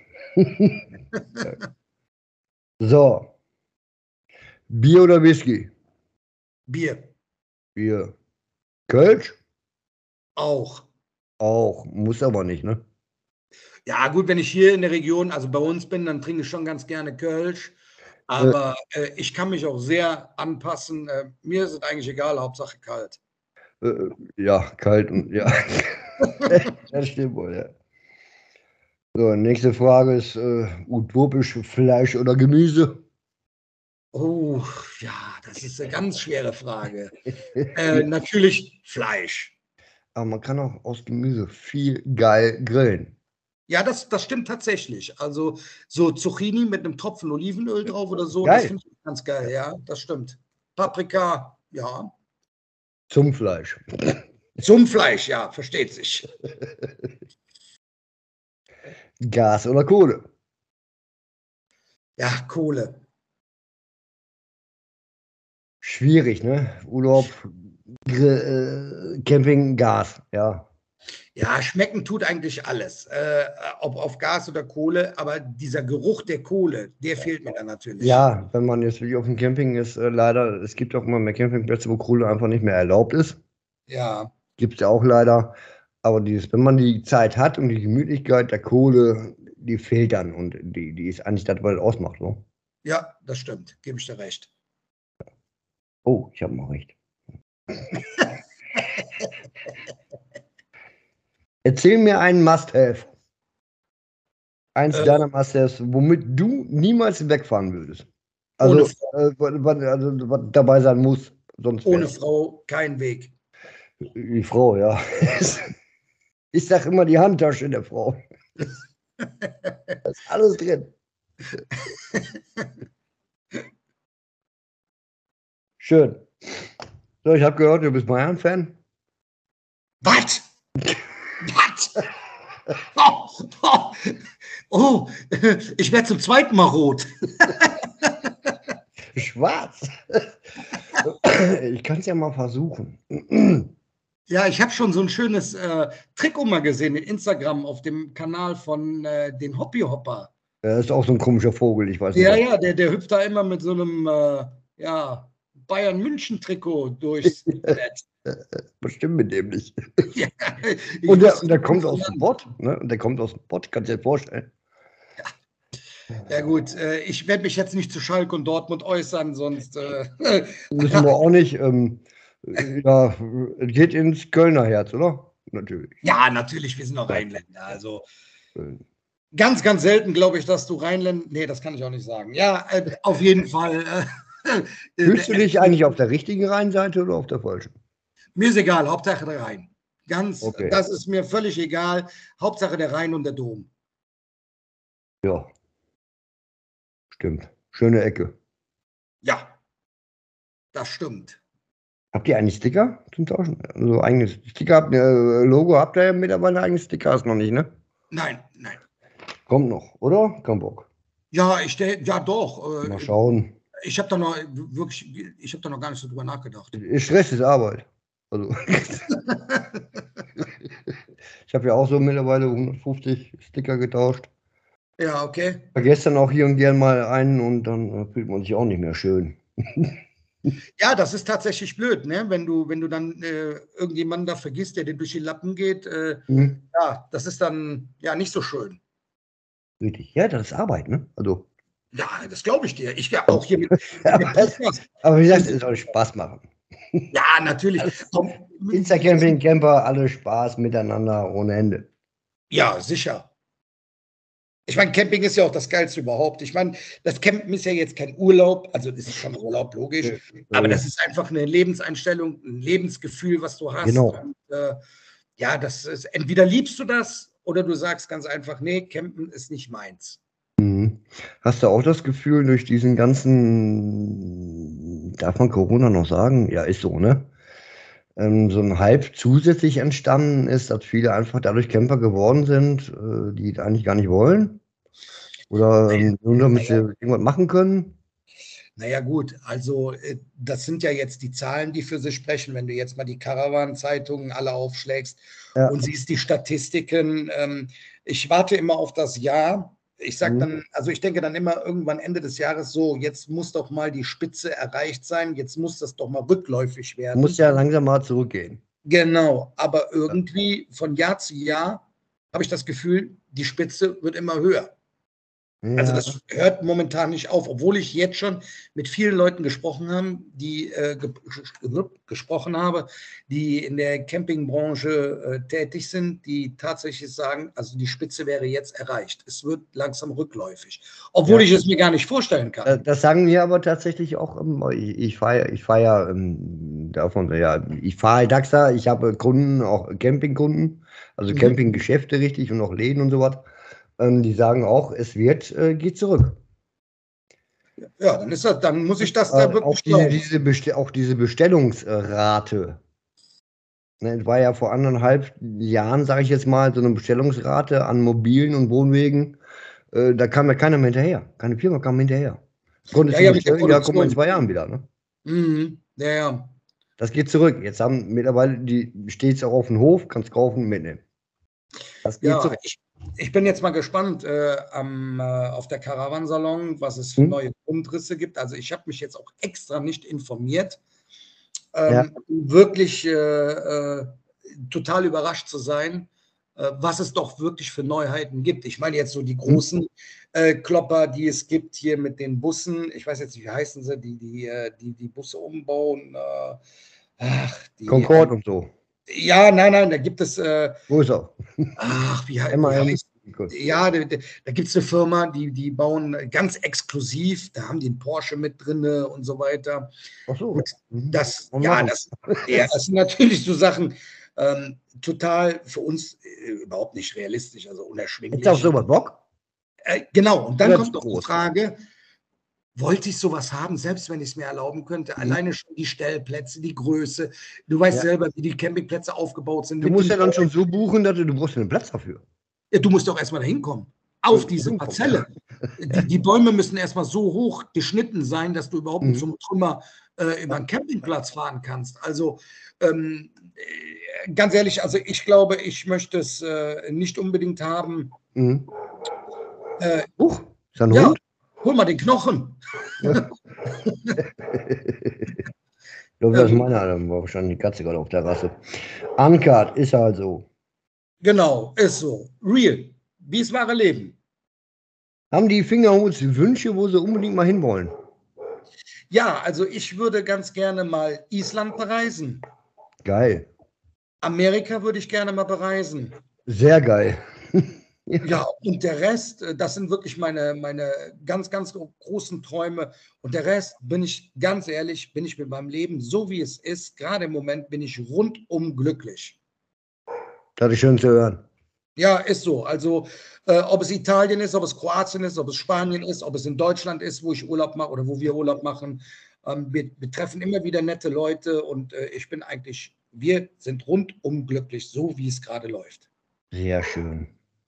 So, Bier oder Whisky? Bier Bier. Kölsch? auch. Auch. Muss aber nicht, ne? Ja, gut, wenn ich hier in der Region, also bei uns bin, dann trinke ich schon ganz gerne Kölsch. Äh, Aber ich kann mich auch sehr anpassen. Mir ist es eigentlich egal, Hauptsache kalt. ja, kalt und ja. Das stimmt wohl, ja. So, nächste Frage ist utopisch Fleisch oder Gemüse? Oh, ja, das ist eine ganz schwere Frage. Natürlich Fleisch. Aber man kann auch aus Gemüse viel geil grillen. Ja, das stimmt tatsächlich. Also so Zucchini mit einem Tropfen Olivenöl drauf oder so, das Geil. finde ich ganz geil. Ja, das stimmt. Paprika, ja. Zum Fleisch. Zum Fleisch, ja, versteht sich. Gas oder Kohle? Ja, Kohle. Schwierig, ne? Urlaub, Camping, Gas, ja. Ja, schmecken tut eigentlich alles, ob auf Gas oder Kohle, aber dieser Geruch der Kohle, der fehlt mir dann natürlich. Ja, wenn man jetzt wirklich auf dem Camping ist, leider, es gibt auch immer mehr Campingplätze, wo Kohle einfach nicht mehr erlaubt ist. Ja, Gibt es ja auch leider. Aber wenn man die Zeit hat und die Gemütlichkeit der Kohle, die fehlt dann und die ist eigentlich das, was es ausmacht. So. ja, das stimmt, gebe ich dir recht. Oh, ich habe mal recht. Erzähl mir einen Must-Have. Eins deiner Must-Haves, womit du niemals wegfahren würdest. Ohne Also, Frau, was dabei sein muss, sonst ohne wäre Frau kein Weg. die Frau, ja. Ich sag immer die Handtasche der Frau. Da ist alles drin. Schön. So, ich habe gehört, du bist Bayern-Fan. Was? Was? Oh, oh, oh, ich werde zum zweiten Mal rot. Schwarz. Ich kann es ja mal versuchen. Ja, ich habe schon so ein schönes Trikot mal gesehen in Instagram auf dem Kanal von den Hoppi-Hopper. Er ist auch so ein komischer Vogel, ich weiß nicht. Ja, ja, der hüpft da immer mit so einem ja, Bayern-München-Trikot durchs Internet. Bestimmt mit dem nicht. Ja, Und wusste der nicht, kommt wo aus es dem land- Pott, ne? Und der kommt aus dem Pott, kannst du dir vorstellen. Ja gut, ich werde mich jetzt nicht zu Schalke und Dortmund äußern, sonst Müssen wir auch nicht. Ja, es geht ins Kölner Herz, oder? Natürlich. ja, natürlich, wir sind auch Rheinländer. Also Äh, ganz, ganz selten glaube ich, dass du Rheinländer. Nee, das kann ich auch nicht sagen. Ja, auf jeden Fall. Fühlst du dich eigentlich auf der richtigen Rheinseite oder auf der falschen? Mir ist egal, Hauptsache der Rhein. Okay. Das ist mir völlig egal. Hauptsache der Rhein und der Dom. Ja, stimmt. Schöne Ecke. Ja, das stimmt. Habt ihr eigentlich Sticker zum Tauschen? Also eigenes Sticker habt ihr, Logo habt ihr ja mittlerweile eigenes Sticker, hast noch nicht, ne? Nein, nein. Kommt noch, oder? Kein Bock. Ja, ja doch. Mal schauen. Ich habe da noch wirklich, ich habe da noch gar nicht so drüber nachgedacht. Stress ist Arbeit. Also. Ich habe ja auch so mittlerweile 150 Sticker getauscht. Ja, okay. Vergesst dann auch hier und gern mal einen und dann fühlt man sich auch nicht mehr schön. Ja, das ist tatsächlich blöd, ne? Wenn du dann irgendjemanden da vergisst, der dir durch die Lappen geht. Ja, das ist dann ja nicht so schön. Richtig. Ja, das ist Arbeit, ne? Also. Ja, das glaube ich dir. Ich auch hier mit Aber wie gesagt, es soll Spaß machen. Ja, natürlich. Insta-Camping, Camper, alles Spaß miteinander ohne Ende. Ja, sicher. Ich meine, Camping ist ja auch das Geilste überhaupt. Ich meine, das Campen ist ja jetzt kein Urlaub, also das ist schon Urlaub, logisch, aber das ist einfach eine Lebenseinstellung, ein Lebensgefühl, was du hast. Genau. Und, ja, das ist, entweder liebst du das oder du sagst ganz einfach, nee, Campen ist nicht meins. Hast du auch das Gefühl, durch diesen ganzen, darf man Corona noch sagen? Ja, ist so, ne? so ein Hype zusätzlich entstanden ist, dass viele einfach dadurch Camper geworden sind, die eigentlich gar nicht wollen? Oder nur damit sie Naja, irgendwas machen können? naja, gut, also das sind ja jetzt die Zahlen, die für sich sprechen. Wenn du jetzt mal die Caravan-Zeitungen alle aufschlägst Ja. und siehst die Statistiken, ich warte immer auf das Jahr. Ich sage Mhm. dann, also ich denke dann immer irgendwann Ende des Jahres so, jetzt muss doch mal die Spitze erreicht sein, jetzt muss das doch mal rückläufig Muss werden. ja langsam mal zurückgehen. Genau, aber Ja. irgendwie von Jahr zu Jahr habe ich das Gefühl, die Spitze wird immer höher. Also Ja. das hört momentan nicht auf, obwohl ich jetzt schon mit vielen Leuten gesprochen habe, gesprochen habe, die in der Campingbranche tätig sind, die tatsächlich sagen, also die Spitze wäre jetzt erreicht. Es wird langsam rückläufig, obwohl Ja. ich es mir gar nicht vorstellen kann. Das sagen mir aber tatsächlich auch, ich fahre ja davon, ja, ich fahre Dachser, ich habe Kunden, auch Campingkunden, also Mhm. Campinggeschäfte richtig und auch Läden und sowas. Die sagen auch, geht zurück. Ja, dann muss ich das da Auch wirklich glauben. auch diese Bestellungsrate. Ne, es war ja vor 1,5 Jahren, sage ich jetzt mal, so eine Bestellungsrate an mobilen und Wohnwegen. Da kam ja keiner mehr hinterher. Keine Firma kam hinterher. Konntest Ja, du ja, mit der bestellen? Ja, guck mal in Produktion. 2 Jahren wieder. Ne? Mhm. Ja, ja. Das geht zurück. Jetzt haben mittlerweile steht es auch auf dem Hof, kannst kaufen, mitnehmen. Das geht Ja, zurück. ich bin jetzt mal gespannt auf der Caravansalon, was es für Hm? neue Grundrisse gibt. Also ich habe mich jetzt auch extra nicht informiert, Ja. um wirklich total überrascht zu sein, was es doch wirklich für Neuheiten gibt. Ich meine jetzt so die Hm? großen Klopper, die es gibt hier mit den Bussen. Ich weiß jetzt nicht, wie heißen sie, die Busse umbauen. Ach, Concorde und so. ja, nein, da gibt es Größer. ach, wie MAN. heißt ja, da gibt es eine Firma, die bauen ganz exklusiv, da haben die einen Porsche mit drin und so weiter. Ach Gut, so. Mhm. das, Mal ja, machen. das, ja, das sind natürlich so Sachen, total für uns überhaupt nicht realistisch, also Hättest du auf unerschwinglich. sowas Bock? Genau, und dann Oder kommt zu noch die groß? Frage, wollte ich sowas haben, selbst wenn ich es mir erlauben könnte? Mhm. Alleine schon die Stellplätze, die Größe. Du weißt Ja. selber, wie die Campingplätze aufgebaut sind Du mit musst den ja dann schon Bäumen. so buchen, dass du brauchst ja einen Platz dafür. Ja, du musst doch erstmal dahin kommen, auf Wo diese hinkommen, ja. Parzelle. Die Bäume müssen erstmal so hoch geschnitten sein, dass du überhaupt mit Mhm. so einem Trümmer über Ja. einen Campingplatz fahren kannst. Also ganz ehrlich, also ich glaube, ich möchte es nicht unbedingt haben. Mhm. Äh, Huch, ist da ein ja, Hund? hol mal den Knochen. Ich glaube, das ist Ähm, meiner, dann war wahrscheinlich die Katze gerade auf der Rasse. Uncut ist halt so. genau, ist so. Real. Wie es wahre Leben. Haben die Fingerhuts Wünsche, wo sie unbedingt mal hinwollen? Ja, also ich würde ganz gerne mal Island bereisen. Geil. Amerika würde ich gerne mal bereisen. Sehr geil. Ja. Ja, und der Rest, das sind wirklich meine ganz großen Träume. Und der Rest, bin ich ganz ehrlich, bin ich mit meinem Leben, so wie es ist, gerade im Moment bin ich rundum glücklich. Das ist schön zu hören. Ja, ist so. Also, ob es Italien ist, ob es Kroatien ist, ob es Spanien ist, ob es in Deutschland ist, wo ich Urlaub mache oder wo wir Urlaub machen. Wir treffen immer wieder nette Leute und wir sind rundum glücklich, so wie es gerade läuft. Sehr schön.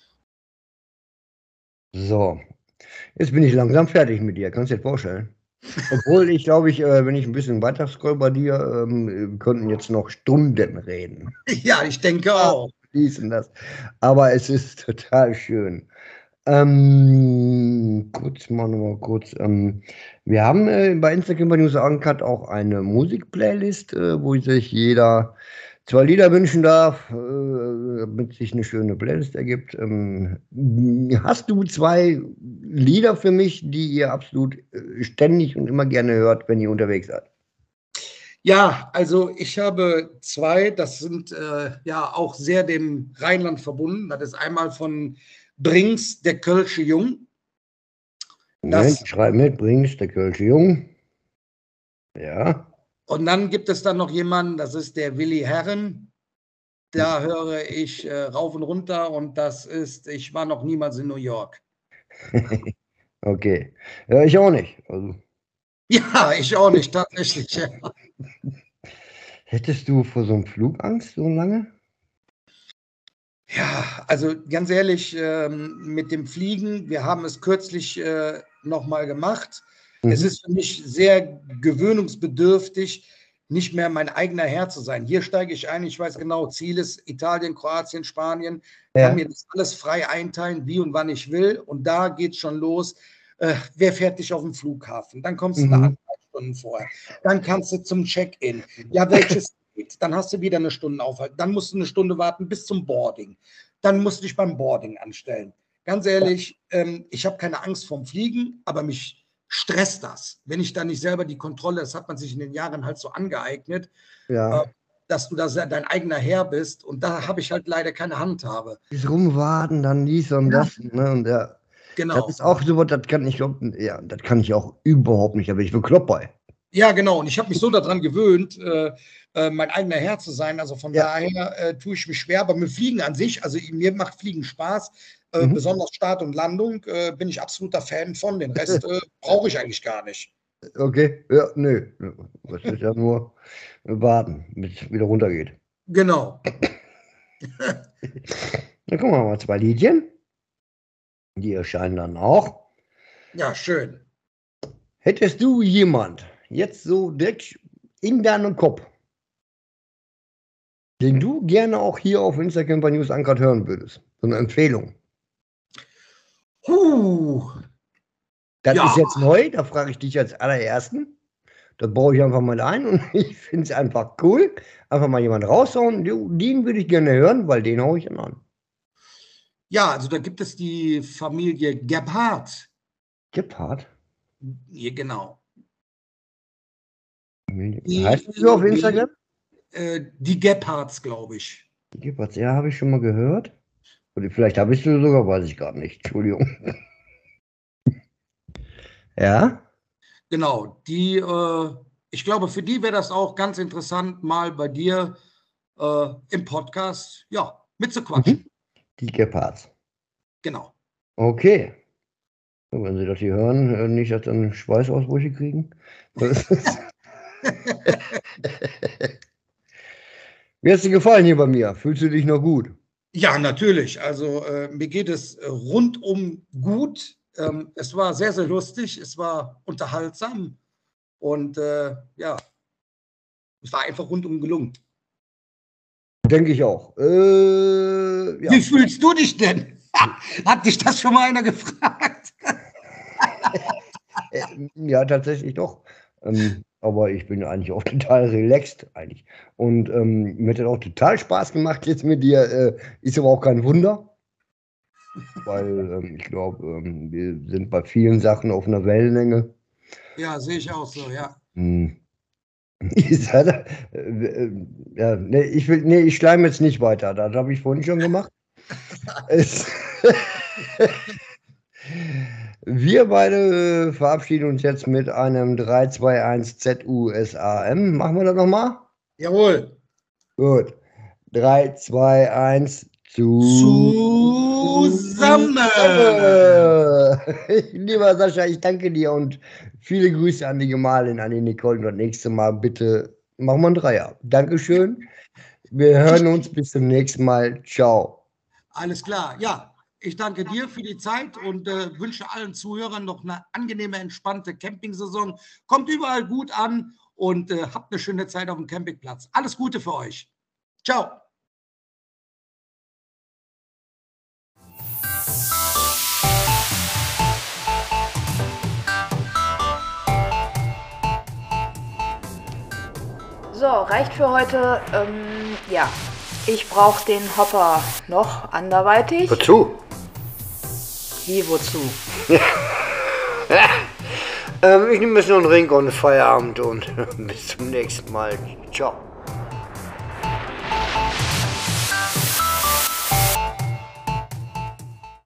So, jetzt bin ich langsam fertig mit dir. Kannst du dir vorstellen? Obwohl ich glaube, wenn ich ein bisschen weiter scroll bei dir, wir könnten jetzt noch Stunden reden. Ja, ich denke auch. Fließen das. Aber es ist total schön. Kurz mal nochmal kurz. Wir haben bei Instagram bei News Uncut auch eine Musikplaylist, wo sich jeder 2 Lieder wünschen darf, damit sich eine schöne Playlist ergibt. Hast du 2 Lieder für mich, die ihr absolut ständig und immer gerne hört, wenn ihr unterwegs seid? Ja, also ich habe zwei, das sind ja auch sehr dem Rheinland verbunden. Das ist einmal von Brings, der Kölsche Jung. Moment, Das, ich schreibe mit, bringst der Kölsche Jung. Ja. und dann gibt es dann noch jemanden, das ist der Willi Herren. Da höre ich rauf und runter und das ist, ich war noch niemals in New York. Okay. Ja, ich auch nicht. Also, Ja, ich auch nicht, tatsächlich. Ja. Hättest du vor so einem Flug Angst so lange? Ja, also ganz ehrlich, mit dem Fliegen, wir haben es kürzlich nochmal gemacht. Es ist für mich sehr gewöhnungsbedürftig, nicht mehr mein eigener Herr zu sein. Hier steige ich ein, ich weiß genau, Ziel ist Italien, Kroatien, Spanien, kann mir das alles frei einteilen, wie und wann ich will. Und da geht es schon los. Wer fährt dich auf den Flughafen? Dann kommst du da an, 3 Stunden vorher. Dann kannst du zum Check-in. Ja, welches geht? Dann hast du wieder eine Stunde Aufhalt. Dann musst du eine Stunde warten bis zum Boarding. Dann musst du dich beim Boarding anstellen. Ganz ehrlich, ich habe keine Angst vorm Fliegen, aber mich stresst das, wenn ich da nicht selber die Kontrolle, das hat man sich in den Jahren halt so angeeignet, dass du da dein eigener Herr bist und da habe ich halt leider keine Handhabe. Dieses Rumwarten, dann dies und das, ne, und ja. Genau. Das ist auch so, das kann ich auch überhaupt nicht, aber ich bin klopp bei. Ja, genau. Und ich habe mich so daran gewöhnt, mein eigener Herr zu sein. Also von daher tue ich mich schwer. Aber mit Fliegen an sich, also mir macht Fliegen Spaß. Besonders Start und Landung bin ich absoluter Fan von. Den Rest brauche ich eigentlich gar nicht. Okay, ja, nö. Das ist ja nur warten, bis es wieder runtergeht. Genau. Dann gucken wir mal 2 Liedchen. Die erscheinen dann auch. Ja, schön. Hättest du jemand jetzt so direkt in deinem Kopf, den du gerne auch hier auf Instagram bei News Uncut hören würdest? So eine Empfehlung. Das ist jetzt neu, da frage ich dich als allerersten. Das baue ich einfach mal ein und ich finde es einfach cool. Einfach mal jemand raushauen, den würde ich gerne hören, weil den haue ich dann an. Ja, also da gibt es die Familie Gebhardt. Gebhardt? Ja, genau. Heißt die so auf Instagram? Die Gebhardts, glaube ich. Die Gebhardts, ja, habe ich schon mal gehört. Oder vielleicht habe ich sie sogar, weiß ich gerade nicht. Entschuldigung. Ja? Genau, ich glaube, für die wäre das auch ganz interessant, mal bei dir im Podcast, mitzuquatschen. Die Gebhardts. Genau. Okay. Und wenn Sie das hier hören, nicht, dass dann Schweißausbrüche kriegen. Wie hat's dir gefallen hier bei mir? Fühlst du dich noch gut? Ja, natürlich. Also mir geht es rundum gut. Es war sehr, sehr lustig. Es war unterhaltsam. Und es war einfach rundum gelungen. Denke ich auch. Wie fühlst du dich denn? Hat dich das schon mal einer gefragt? Ja, tatsächlich doch. Aber ich bin eigentlich auch total relaxed eigentlich. Und mir hat das auch total Spaß gemacht jetzt mit dir. Ist aber auch kein Wunder. Weil ich glaube, wir sind bei vielen Sachen auf einer Wellenlänge. Ja, sehe ich auch so, ja. Ich schleime jetzt nicht weiter. Das habe ich vorhin schon gemacht. Wir beide verabschieden uns jetzt mit einem 3-2-1 ZUSAM. Machen wir das nochmal? Jawohl. Gut. 3-2-1 zusammen. Lieber Sascha, ich danke dir und viele Grüße an die Gemahlin, an die Nicole. Und das nächste Mal bitte machen wir einen Dreier. Dankeschön. Wir hören uns bis zum nächsten Mal. Ciao. Alles klar. Ja, ich danke dir für die Zeit und wünsche allen Zuhörern noch eine angenehme, entspannte Campingsaison. Kommt überall gut an und habt eine schöne Zeit auf dem Campingplatz. Alles Gute für euch. Ciao. So, reicht für heute. Ja, ich brauche den Hopper noch anderweitig. Wozu? Wie, wozu? Ich nehme jetzt noch einen Ring und Feierabend und bis zum nächsten Mal. Ciao.